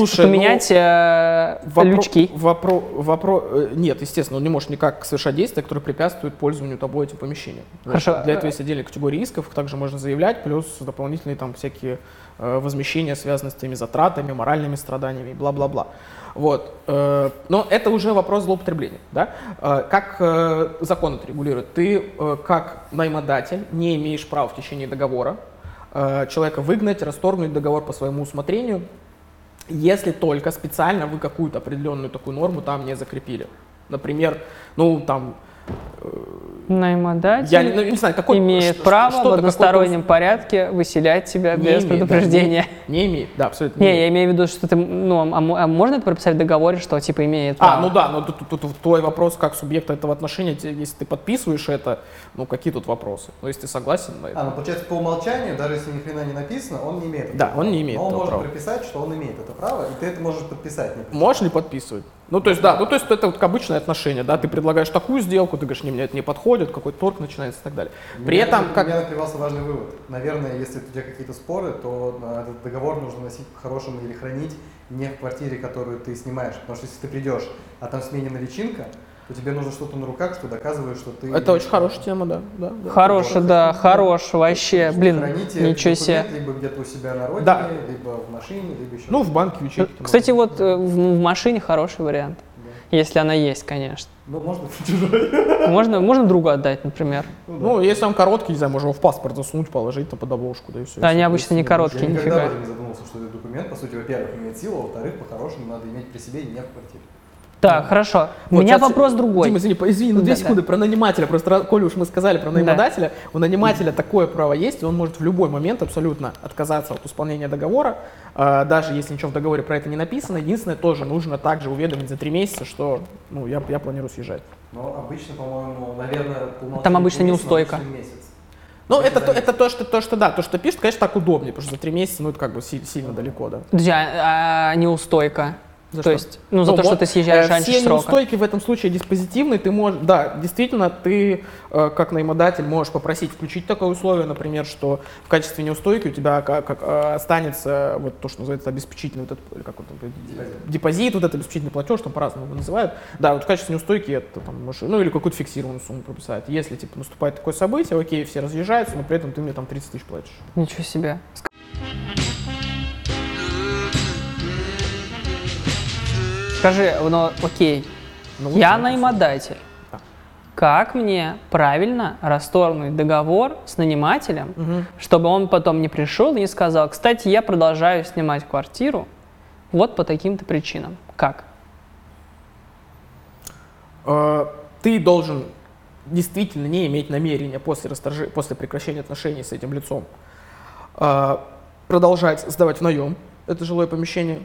A: лючки.
B: Нет, естественно, он не может никак совершать действия, которые препятствуют пользованию тобой этим помещением.
A: Хорошо.
B: Для этого есть отдельная категория рисков, их также можно заявлять, плюс дополнительные там всякие возмещения, связанные с теми затратами, моральными страданиями, бла-бла-бла. Вот. Но это уже вопрос злоупотребления. Да? Как закон это регулирует? Ты, как наимодатель, не имеешь права в течение договора человека выгнать, расторгнуть договор по своему усмотрению, если только специально вы какую-то определенную такую норму там не закрепили. Например,
A: наимодатель
B: не знаю,
A: имеет право в одностороннем порядке выселять тебя без предупреждения.
B: Не имеет, да, абсолютно.
A: Я имею в виду, что ты, можно это прописать в договоре, что типа имеет право?
B: Но тут твой вопрос как субъекта этого отношения, если ты подписываешь это, какие тут вопросы? Если ты согласен на это.
C: Получается, по умолчанию, даже если ни хрена не написано, он не имеет этого
B: права.
C: Да, он не имеет
B: этого
C: права.
B: права.
C: Он может прописать, что он имеет это право, и ты это можешь подписать.
B: Можешь ли подписывать? То есть это вот обычное отношение, да, ты предлагаешь такую сделку, ты говоришь: не, мне это не подходит, какой-то торг начинается и так далее. При этом,
C: у меня накрывался важный вывод. Наверное, если у тебя какие-то споры, то этот договор нужно носить по-хорошему или хранить не в квартире, которую ты снимаешь. Потому что если ты придешь, а там сменена личинка, то тебе нужно что-то на руках, что доказывает, что ты...
B: Это очень хорошая тема, да.
A: Хорош, вообще,
C: Храните
A: ничего себе.
C: Либо где-то у себя на родине, либо в машине, либо еще...
B: В банке ячейки.
A: Кстати, в машине хороший вариант. Если она есть, конечно.
C: Можно чужой.
A: Можно другу отдать, например.
B: Если он короткий, не знаю, можно его в паспорт засунуть, положить там под обложку, да и все.
A: Да, они обычно не короткие,
C: Я
A: нифига.
C: никогда даже не задумывался, что этот документ, по сути, во-первых, имеет силу, а во-вторых, по-хорошему надо иметь при себе и не в квартире.
A: Так, хорошо. У меня вопрос другой.
B: Дима, извини, 2 секунды про нанимателя. Просто, коли уж мы сказали про нанимодателя, у нанимателя такое право есть, он может в любой момент абсолютно отказаться от исполнения договора, даже если ничего в договоре про это не написано. Единственное, тоже нужно также уведомить за 3 месяца, что я планирую съезжать.
C: Но обычно, по-моему, наверное,
A: там обычно неустойка.
B: Это то, что пишут, конечно, так удобнее, потому что за 3 месяца, это как бы сильно далеко, да.
A: Друзья, а неустойка?
B: За
A: То
B: что?
A: есть, ну, за то, что ты съезжаешь раньше
B: все
A: срока.
B: неустойки в этом случае диспозитивные, ты можешь, да, действительно, ты как наимодатель можешь попросить включить такое условие, например, что в качестве неустойки у тебя останется вот то, что называется обеспечительный вот этот, как вот, депозит, вот этот обеспечительный платеж, там по-разному его называют. Да, вот в качестве неустойки это там можешь, ну или какую-то фиксированную сумму прописать. Если типа наступает такое событие, окей, все разъезжаются, но при этом ты мне там 30 тысяч платишь.
A: Ничего себе. Скажи, ну окей,
B: Ну,
A: я
B: вот,
A: наимодатель.
B: Да.
A: Как мне правильно расторгнуть договор с нанимателем, чтобы он потом не пришел и не сказал, кстати, я продолжаю снимать квартиру вот по таким-то причинам. Как?
B: Ты должен действительно не иметь намерения после прекращения отношений с этим лицом продолжать сдавать в наем это жилое помещение.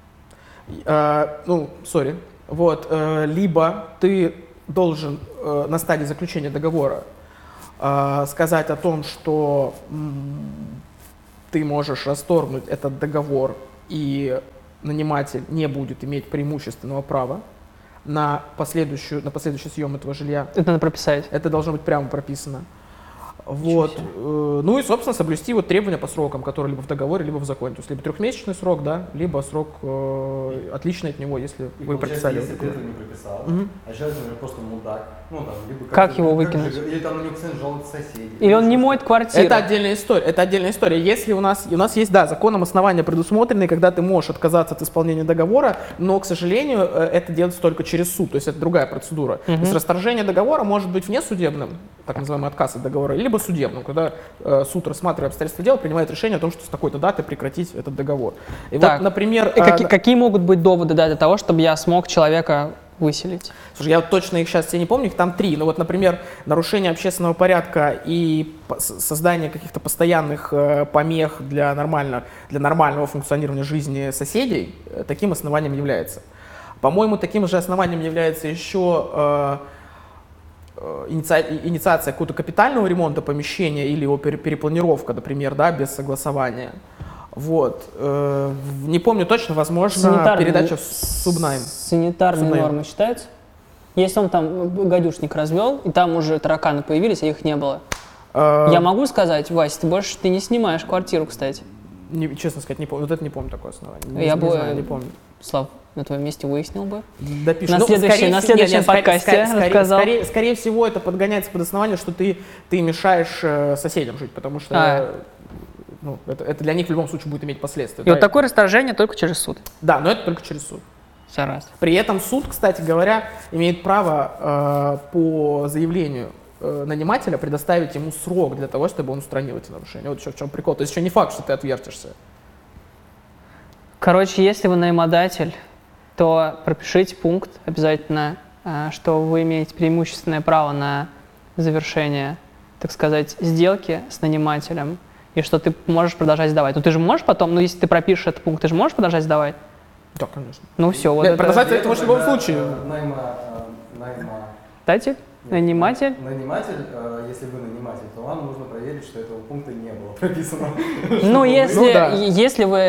B: Либо ты должен на стадии заключения договора сказать о том, что ты можешь расторгнуть этот договор, и наниматель не будет иметь преимущественного права на последующий съем этого жилья.
A: Это надо прописать.
B: Это должно быть прямо прописано. Вот. Ну и, собственно, соблюсти вот требования по срокам, которые либо в договоре, либо в законе. То есть либо трехмесячный срок, да, либо срок отличный от него, если вы прописали.
C: Если ты этого не прописал, а человек, например, просто мудак, ну там, либо
A: как его выкинуть?
C: Или там на него постоянно жалуются соседи.
A: Или он не моет квартиру.
B: Это отдельная история. Это отдельная история. Если у нас есть, да, законом основания предусмотренные, когда ты можешь отказаться от исполнения договора, но, к сожалению, это делается только через суд. То есть это другая процедура. То есть расторжение договора может быть внесудебным, так называемый отказ от договора, либо судебным, когда суд, рассматривая обстоятельства дела, принимает решение о том, что с такой-то даты прекратить этот договор. И
A: так,
B: вот, например...
A: Какие могут быть доводы для того, чтобы я смог человека выселить?
B: Слушай, я вот точно их сейчас все не помню, их там 3. Ну вот, например, нарушение общественного порядка и создание каких-то постоянных помех для нормального функционирования жизни соседей таким основанием является. По-моему, таким же основанием является еще инициация какого-то капитального ремонта помещения или его перепланировка, например, да, без согласования. Вот. Не помню точно, возможно, передача в субнайм.
A: Санитарные нормы считаются? Если он там гадюшник развел, и там уже тараканы появились, а их не было. Я могу сказать, Вась, ты не снимаешь квартиру, кстати.
B: Честно сказать, не помню. Вот это не помню такое основание.
A: Я
B: не помню.
A: Слав, на твоем месте выяснил бы.
B: Допишем.
A: На следующем подкасте рассказал.
B: Скорее всего, это подгоняется под основание, что ты мешаешь соседям жить, потому что это для них в любом случае будет иметь последствия.
A: И вот такое расторжение только через суд.
B: Да, но это только через суд.
A: Все раз.
B: При этом суд, кстати говоря, имеет право по заявлению нанимателя предоставить ему срок для того, чтобы он устранил эти нарушения. Вот еще в чем прикол. То есть еще не факт, что ты отвертишься.
A: Короче, если вы наимодатель, то пропишите пункт обязательно, что вы имеете преимущественное право на завершение, так сказать, сделки с нанимателем, и что ты можешь продолжать сдавать. Ну ты же можешь потом, если ты пропишешь этот пункт, ты же можешь продолжать сдавать?
B: Да, конечно.
A: Ну все, вот
B: продолжать это можешь в любом случае.
A: Наниматель?
C: Наниматель, если вы наниматель, то вам нужно проверить, что этого пункта не было прописано.
A: Ну, если вы...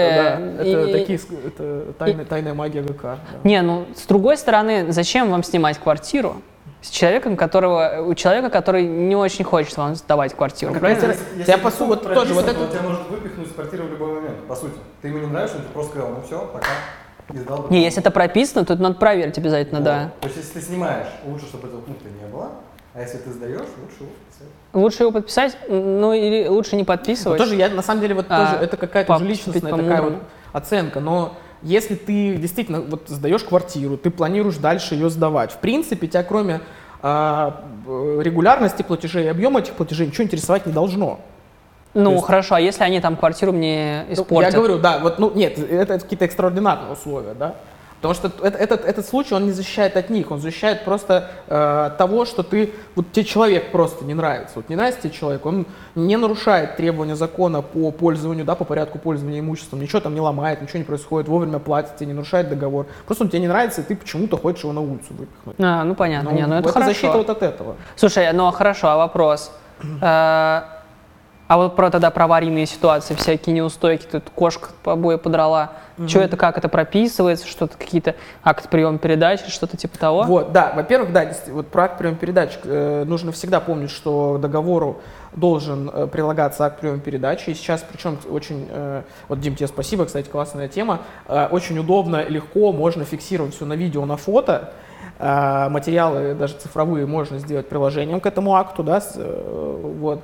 B: Это тайная магия ГК.
A: Не, ну, с другой стороны, зачем вам снимать квартиру у человека, который не очень хочет вам сдавать квартиру?
B: Я по сути тоже вот это...
C: Он тебя может выпихнуть из квартиры в любой момент, по сути. Ты ему не нравишься, он тебе просто сказал, ну все, пока.
A: Не, если это прописано, то это надо проверить обязательно, да.
C: То есть, если ты снимаешь, лучше, чтобы этого пункта не было, а если ты сдаешь, лучше его подписать.
A: Лучше его подписать, ну или лучше не подписывать.
B: Тоже я, на самом деле, вот тоже это какая-то уже личностная такая вот оценка, но если ты действительно вот сдаешь квартиру, ты планируешь дальше ее сдавать, в принципе, тебя кроме регулярности платежей и объема этих платежей ничего интересовать не должно.
A: Ну, хорошо, а если они там квартиру мне испортят?
B: Я говорю, да, вот, нет, это какие-то экстраординарные условия, да. Потому что этот случай, он не защищает от них, он защищает просто того, что тебе человек просто не нравится. Вот не нравится тебе человек, он не нарушает требования закона по пользованию, да, по порядку пользования имуществом, ничего там не ломает, ничего не происходит, вовремя платит, тебе не нарушает договор. Просто он тебе не нравится, и ты почему-то хочешь его на улицу выпихнуть.
A: Ну понятно, это хорошо.
B: Защита вот от этого.
A: Слушай, ну хорошо, а вопрос. А вот тогда про аварийные ситуации, всякие неустойки, тут кошка обои подрала. Что это, как это прописывается, что-то, какие-то акты приема передач, что-то типа того?
B: Вот, да, во-первых, да, вот про акт приема передач нужно всегда помнить, что к договору должен прилагаться акт приема передачи. И сейчас, причем очень, вот, Дим, тебе спасибо, кстати, классная тема, очень удобно, легко, можно фиксировать все на видео, на фото. Материалы, даже цифровые, можно сделать приложением к этому акту, да, вот.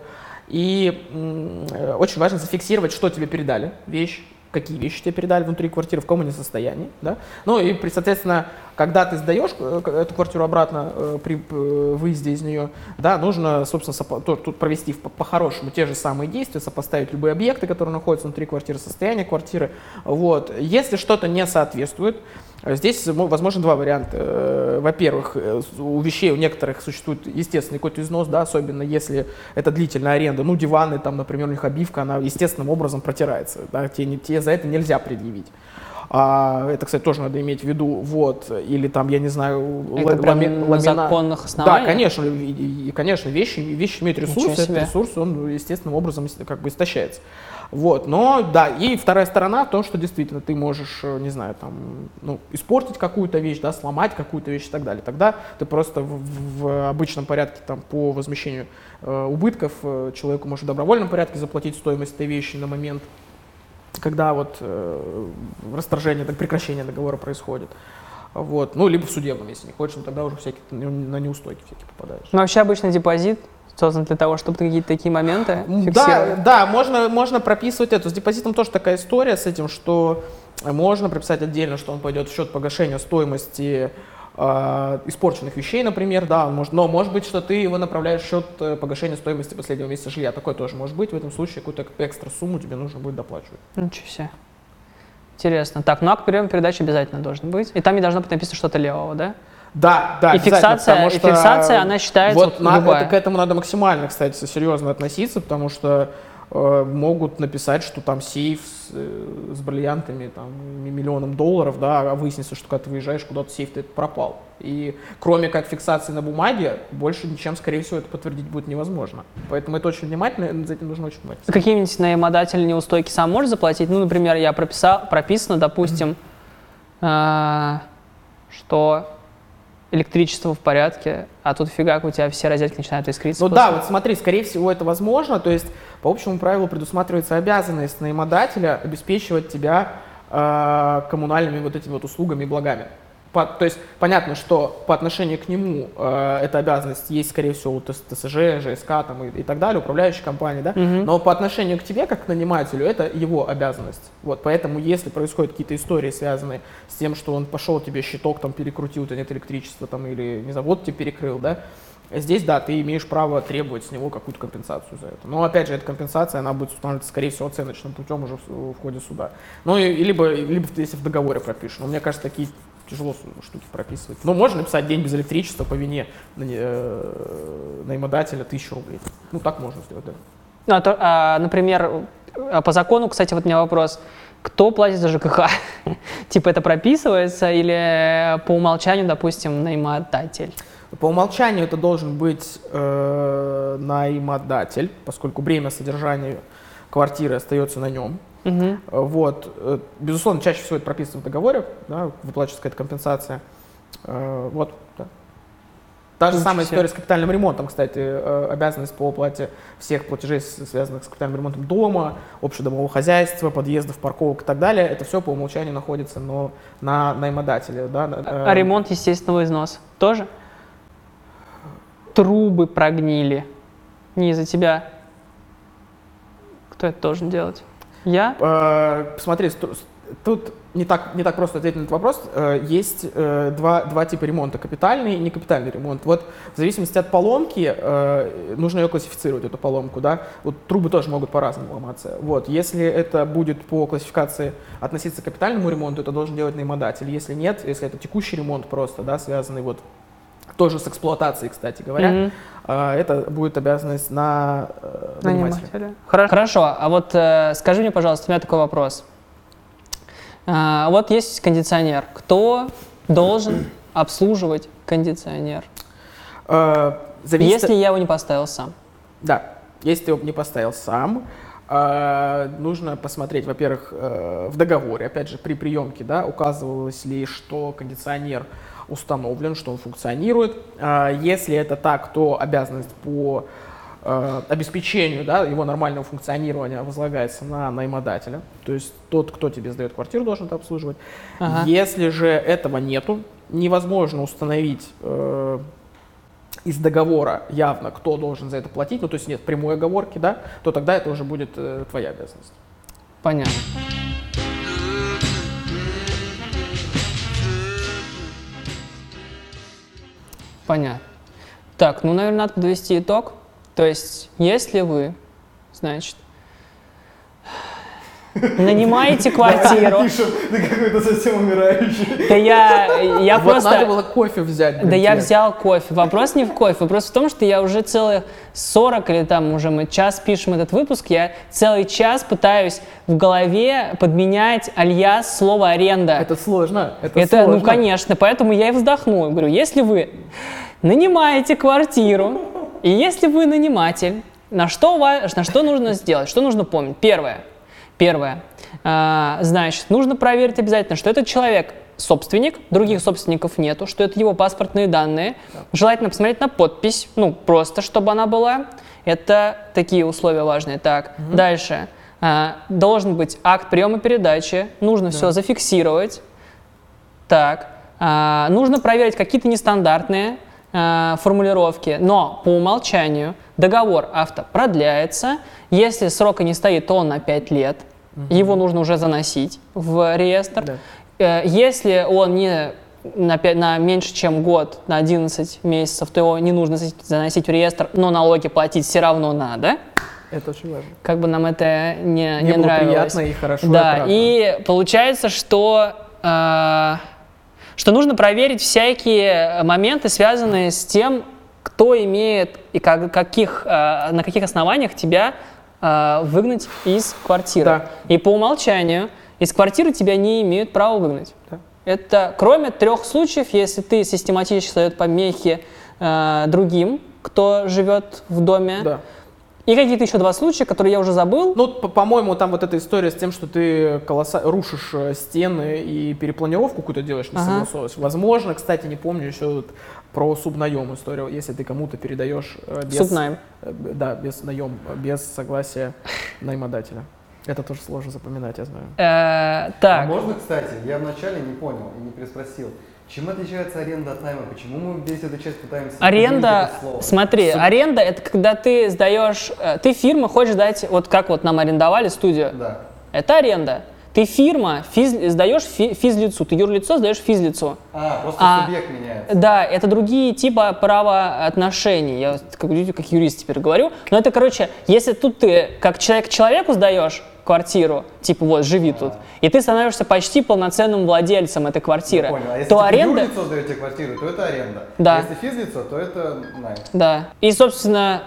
B: И очень важно зафиксировать, что тебе передали, вещь, какие вещи тебе передали внутри квартиры, в каком они состоянии. Да? Ну и, соответственно, когда ты сдаешь эту квартиру обратно при выезде из нее, да, нужно, собственно, тут провести по-хорошему те же самые действия, сопоставить любые объекты, которые находятся внутри квартиры, состояние квартиры. Вот. Если что-то не соответствует, здесь возможно два варианта. Во-первых, у вещей у некоторых существует естественный какой-то износ, да, особенно если это длительная аренда. Ну, диваны, там, например, у них обивка, она естественным образом протирается. Да, тебе за это нельзя предъявить. Это, кстати, тоже надо иметь в виду. Вот. Или там, я не знаю,
A: на законных основаниях?
B: Да, конечно, конечно, вещи имеют ресурсы, этот ресурс, он естественным образом как бы истощается. Вот, но, да, и вторая сторона в том, что действительно ты можешь, не знаю, там, ну, испортить какую-то вещь, да, сломать какую-то вещь и так далее. Тогда ты просто в обычном порядке, там, по возмещению убытков человеку может в добровольном порядке заплатить стоимость этой вещи на момент, когда вот расторжение, так, прекращение договора происходит. Вот, ну, либо в судебном, если не хочешь, но тогда уже на неустойки всякие попадаешь.
A: Ну, вообще обычно депозит создан для того, чтобы какие-то такие моменты фиксировать.
B: Да, можно прописывать это. С депозитом тоже такая история с этим, что можно прописать отдельно, что он пойдет в счет погашения стоимости испорченных вещей, например, да, но может быть, что ты его направляешь в счет погашения стоимости последнего месяца жилья. Такое тоже может быть. В этом случае какую-то экстра сумму тебе нужно будет доплачивать.
A: Ничего себе. Интересно. Так, ну акт приема передачи обязательно должен быть. И там не должно быть написано что-то левого, да?
B: Да,
A: и фиксация, она считается
B: вот любая. К этому надо максимально, кстати, серьезно относиться, потому что могут написать, что там сейф с бриллиантами, там, $1 000 000, да, а выяснится, что когда ты выезжаешь куда-то, сейф-то этот пропал. И кроме как фиксации на бумаге, больше ничем, скорее всего, это подтвердить будет невозможно. Поэтому это очень внимательно, за этим нужно очень внимательно.
A: Какие-нибудь наимодатель неустойки сам можешь заплатить? Ну, например, я прописано, допустим, что электричество в порядке, а тут фигак, у тебя все розетки начинают искриться.
B: Ну да, вот смотри, скорее всего это возможно, то есть по общему правилу предусматривается обязанность наимодателя обеспечивать тебя коммунальными вот этими вот услугами и благами. То есть понятно, что по отношению к нему эта обязанность есть, скорее всего, у ТСЖ, ЖСК там, и так далее, управляющей компании, да? Но по отношению к тебе, как к нанимателю, это его обязанность. Вот, поэтому если происходят какие-то истории, связанные с тем, что он пошел тебе щиток там перекрутил, у тебя нет электричества там, или не завод тебе перекрыл, да? Здесь, да, ты имеешь право требовать с него какую-то компенсацию за это. Но, опять же, эта компенсация, она будет устанавливаться, скорее всего, оценочным путем уже в ходе суда. Ну, либо если в договоре пропишено. Мне кажется, такие тяжело штуки прописывать. Но можно написать день без электричества по вине наимодателя 1000 рублей. Ну, так можно сделать, да.
A: Например, по закону, кстати, вот у меня вопрос. Кто платит за ЖКХ? Типа это прописывается или по умолчанию, допустим, наимодатель?
B: По умолчанию это должен быть наимодатель, поскольку бремя содержания квартиры остается на нем. Вот. Безусловно, чаще всего это прописано в договоре, да, выплачивается какая-то компенсация. Вот. Да. Та же самая история с капитальным ремонтом, кстати, обязанность по оплате всех платежей, связанных с капитальным ремонтом дома, общедомового хозяйства, подъездов, парковок и так далее, это все по умолчанию находится на наимодателе. Да.
A: А ремонт естественного износа тоже? Трубы прогнили. Не из-за тебя. Кто это должен делать? Я?
B: Смотри, тут не так просто ответить на этот вопрос. Есть два типа ремонта: капитальный и некапитальный ремонт. Вот в зависимости от поломки нужно ее классифицировать, эту поломку, да. Вот трубы тоже могут по-разному ломаться. Вот, если это будет по классификации относиться к капитальному ремонту, это должен делать наимодатель. Если нет, если это текущий ремонт просто, да, связанный вот тоже с эксплуатацией, кстати говоря, это будет обязанность на нанимателя.
A: Хорошо, а вот скажи мне, пожалуйста, у меня такой вопрос. Вот есть кондиционер. Кто должен обслуживать кондиционер? Если я его не поставил сам?
B: Да. Если ты его не поставил сам, нужно посмотреть, во-первых, в договоре, опять же, при приемке, да, указывалось ли, что кондиционер установлен, что он функционирует. Если это так, то обязанность по обеспечению, да, его нормального функционирования возлагается на наймодателя, то есть тот, кто тебе сдает квартиру, должен это обслуживать. Если же этого нету, невозможно установить из договора явно, кто должен за это платить, ну то есть нет прямой оговорки, да, то тогда это уже будет твоя обязанность.
A: Понятно. Понятно. Так, ну, наверное, надо подвести итог. То есть, если вы, значит, нанимаете квартиру...
C: Ты какой-то совсем умирающий.
A: Да я
B: Вот
A: просто...
B: надо было кофе взять.
A: Да я взял кофе. Вопрос не в кофе. Вопрос в том, что я уже целых 40 или там уже мы час пишем этот выпуск, я целый час пытаюсь в голове подменять альяс слова «аренда».
B: Это сложно. Это
A: Ну,
B: сложно.
A: конечно. Поэтому я и вздохнул. Говорю, если вы нанимаете квартиру, и если вы наниматель, на что нужно сделать? Что нужно помнить? Первое. Значит, нужно проверить обязательно, что этот человек собственник, других собственников нету, что это его паспортные данные. Желательно посмотреть на подпись, ну, просто, чтобы она была. Это такие условия важные. Так, дальше. Должен быть акт приема передачи, нужно все зафиксировать. Так, нужно проверить какие-то нестандартные формулировки, но по умолчанию договор продляется. Если срока не стоит, то он на 5 лет. Его нужно уже заносить в реестр. Если он не на меньше, чем год, на 11 месяцев, то его не нужно заносить в реестр, но налоги платить все равно надо.
B: Это очень важно.
A: Как бы нам это не
B: было
A: нравилось.
B: приятно и хорошо.
A: Да, и получается, что нужно проверить всякие моменты, связанные с тем, кто имеет и на каких основаниях тебя выгнать из квартиры.
B: Да.
A: И по умолчанию из квартиры тебя не имеют права выгнать.
B: Да.
A: Это кроме 3 случаев, если ты систематически создаешь помехи другим, кто живет в доме. Да. И какие-то еще 2 случая, которые я уже забыл.
B: Ну, по-моему, там вот эта история с тем, что ты рушишь стены и перепланировку какую-то делаешь, не согласовываясь. Возможно, кстати, не помню еще вот про субнаем историю, если ты кому-то передаешь
A: субнайм.
B: Да, без наем, без согласия наймодателя. Это тоже сложно запоминать, я знаю.
A: Так.
C: Можно, кстати, я вначале не понял и не переспросил. Чем отличается аренда от найма? Почему мы весь эту часть пытаемся...
A: Аренда, смотри, аренда — это когда ты сдаешь... Ты фирма хочешь дать, вот как вот нам арендовали студию. Да. Это аренда. Ты фирма, сдаешь физлицу, ты юрлицо сдаешь физлицу.
C: Просто субъект меняется.
A: Да, это другие типа правоотношений. Я как юрист теперь говорю. Но это, короче, если тут ты как человек человеку сдаешь квартиру, типа вот, живи тут, и ты становишься почти полноценным владельцем этой квартиры,
C: я понял. А если
A: то аренда...
C: юрлицо сдаете квартиру, то это аренда.
A: Да.
C: А если физлицо, то это найм.
A: Да. И, собственно,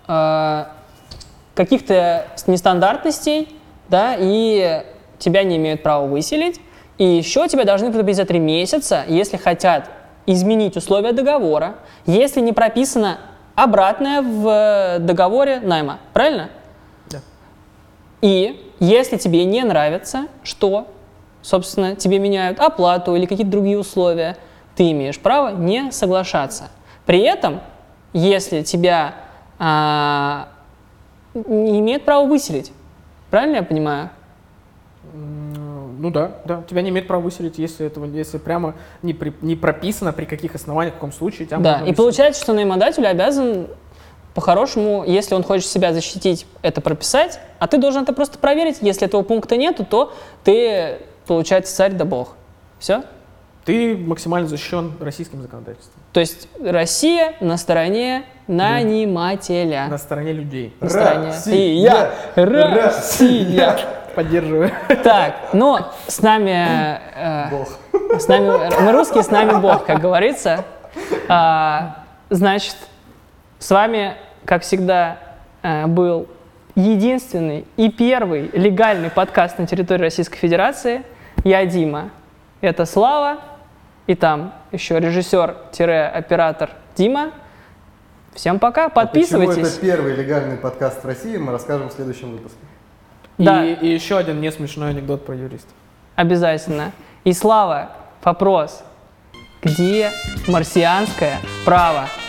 A: каких-то нестандартностей, да, и тебя не имеют права выселить. И еще тебя должны предупредить за 3 месяца, если хотят изменить условия договора, если не прописано обратное в договоре найма. Правильно?
B: Да.
A: И если тебе не нравится, что, собственно, тебе меняют оплату или какие-то другие условия, ты имеешь право не соглашаться. При этом, если тебя не имеют права выселить, правильно я понимаю?
B: Ну да, тебя не имеет права выселить, если прямо не прописано, при каких основаниях, в каком случае тебя можно выселить.
A: И получается, что наймодатель обязан по-хорошему, если он хочет себя защитить, это прописать, а ты должен это просто проверить. Если этого пункта нету, то ты, получается, царь да бог. Все?
B: Ты максимально защищен российским законодательством.
A: То есть Россия на стороне нанимателя.
B: На стороне людей.
A: Россия! Россия!
B: Поддерживаю.
A: Так, ну, с нами...
C: Бог.
A: Мы русские, с нами Бог, как говорится. Значит, с вами, как всегда, был единственный и первый легальный подкаст на территории Российской Федерации. Я Дима, это Слава, и там еще режиссер-оператор Дима. Всем пока,
C: Почему
A: подписывайтесь.
C: это первый легальный подкаст в России, мы расскажем в следующем выпуске.
A: Да.
B: И еще один несмешной анекдот про юристов.
A: Обязательно. И Слава, вопрос. Где марсианское право?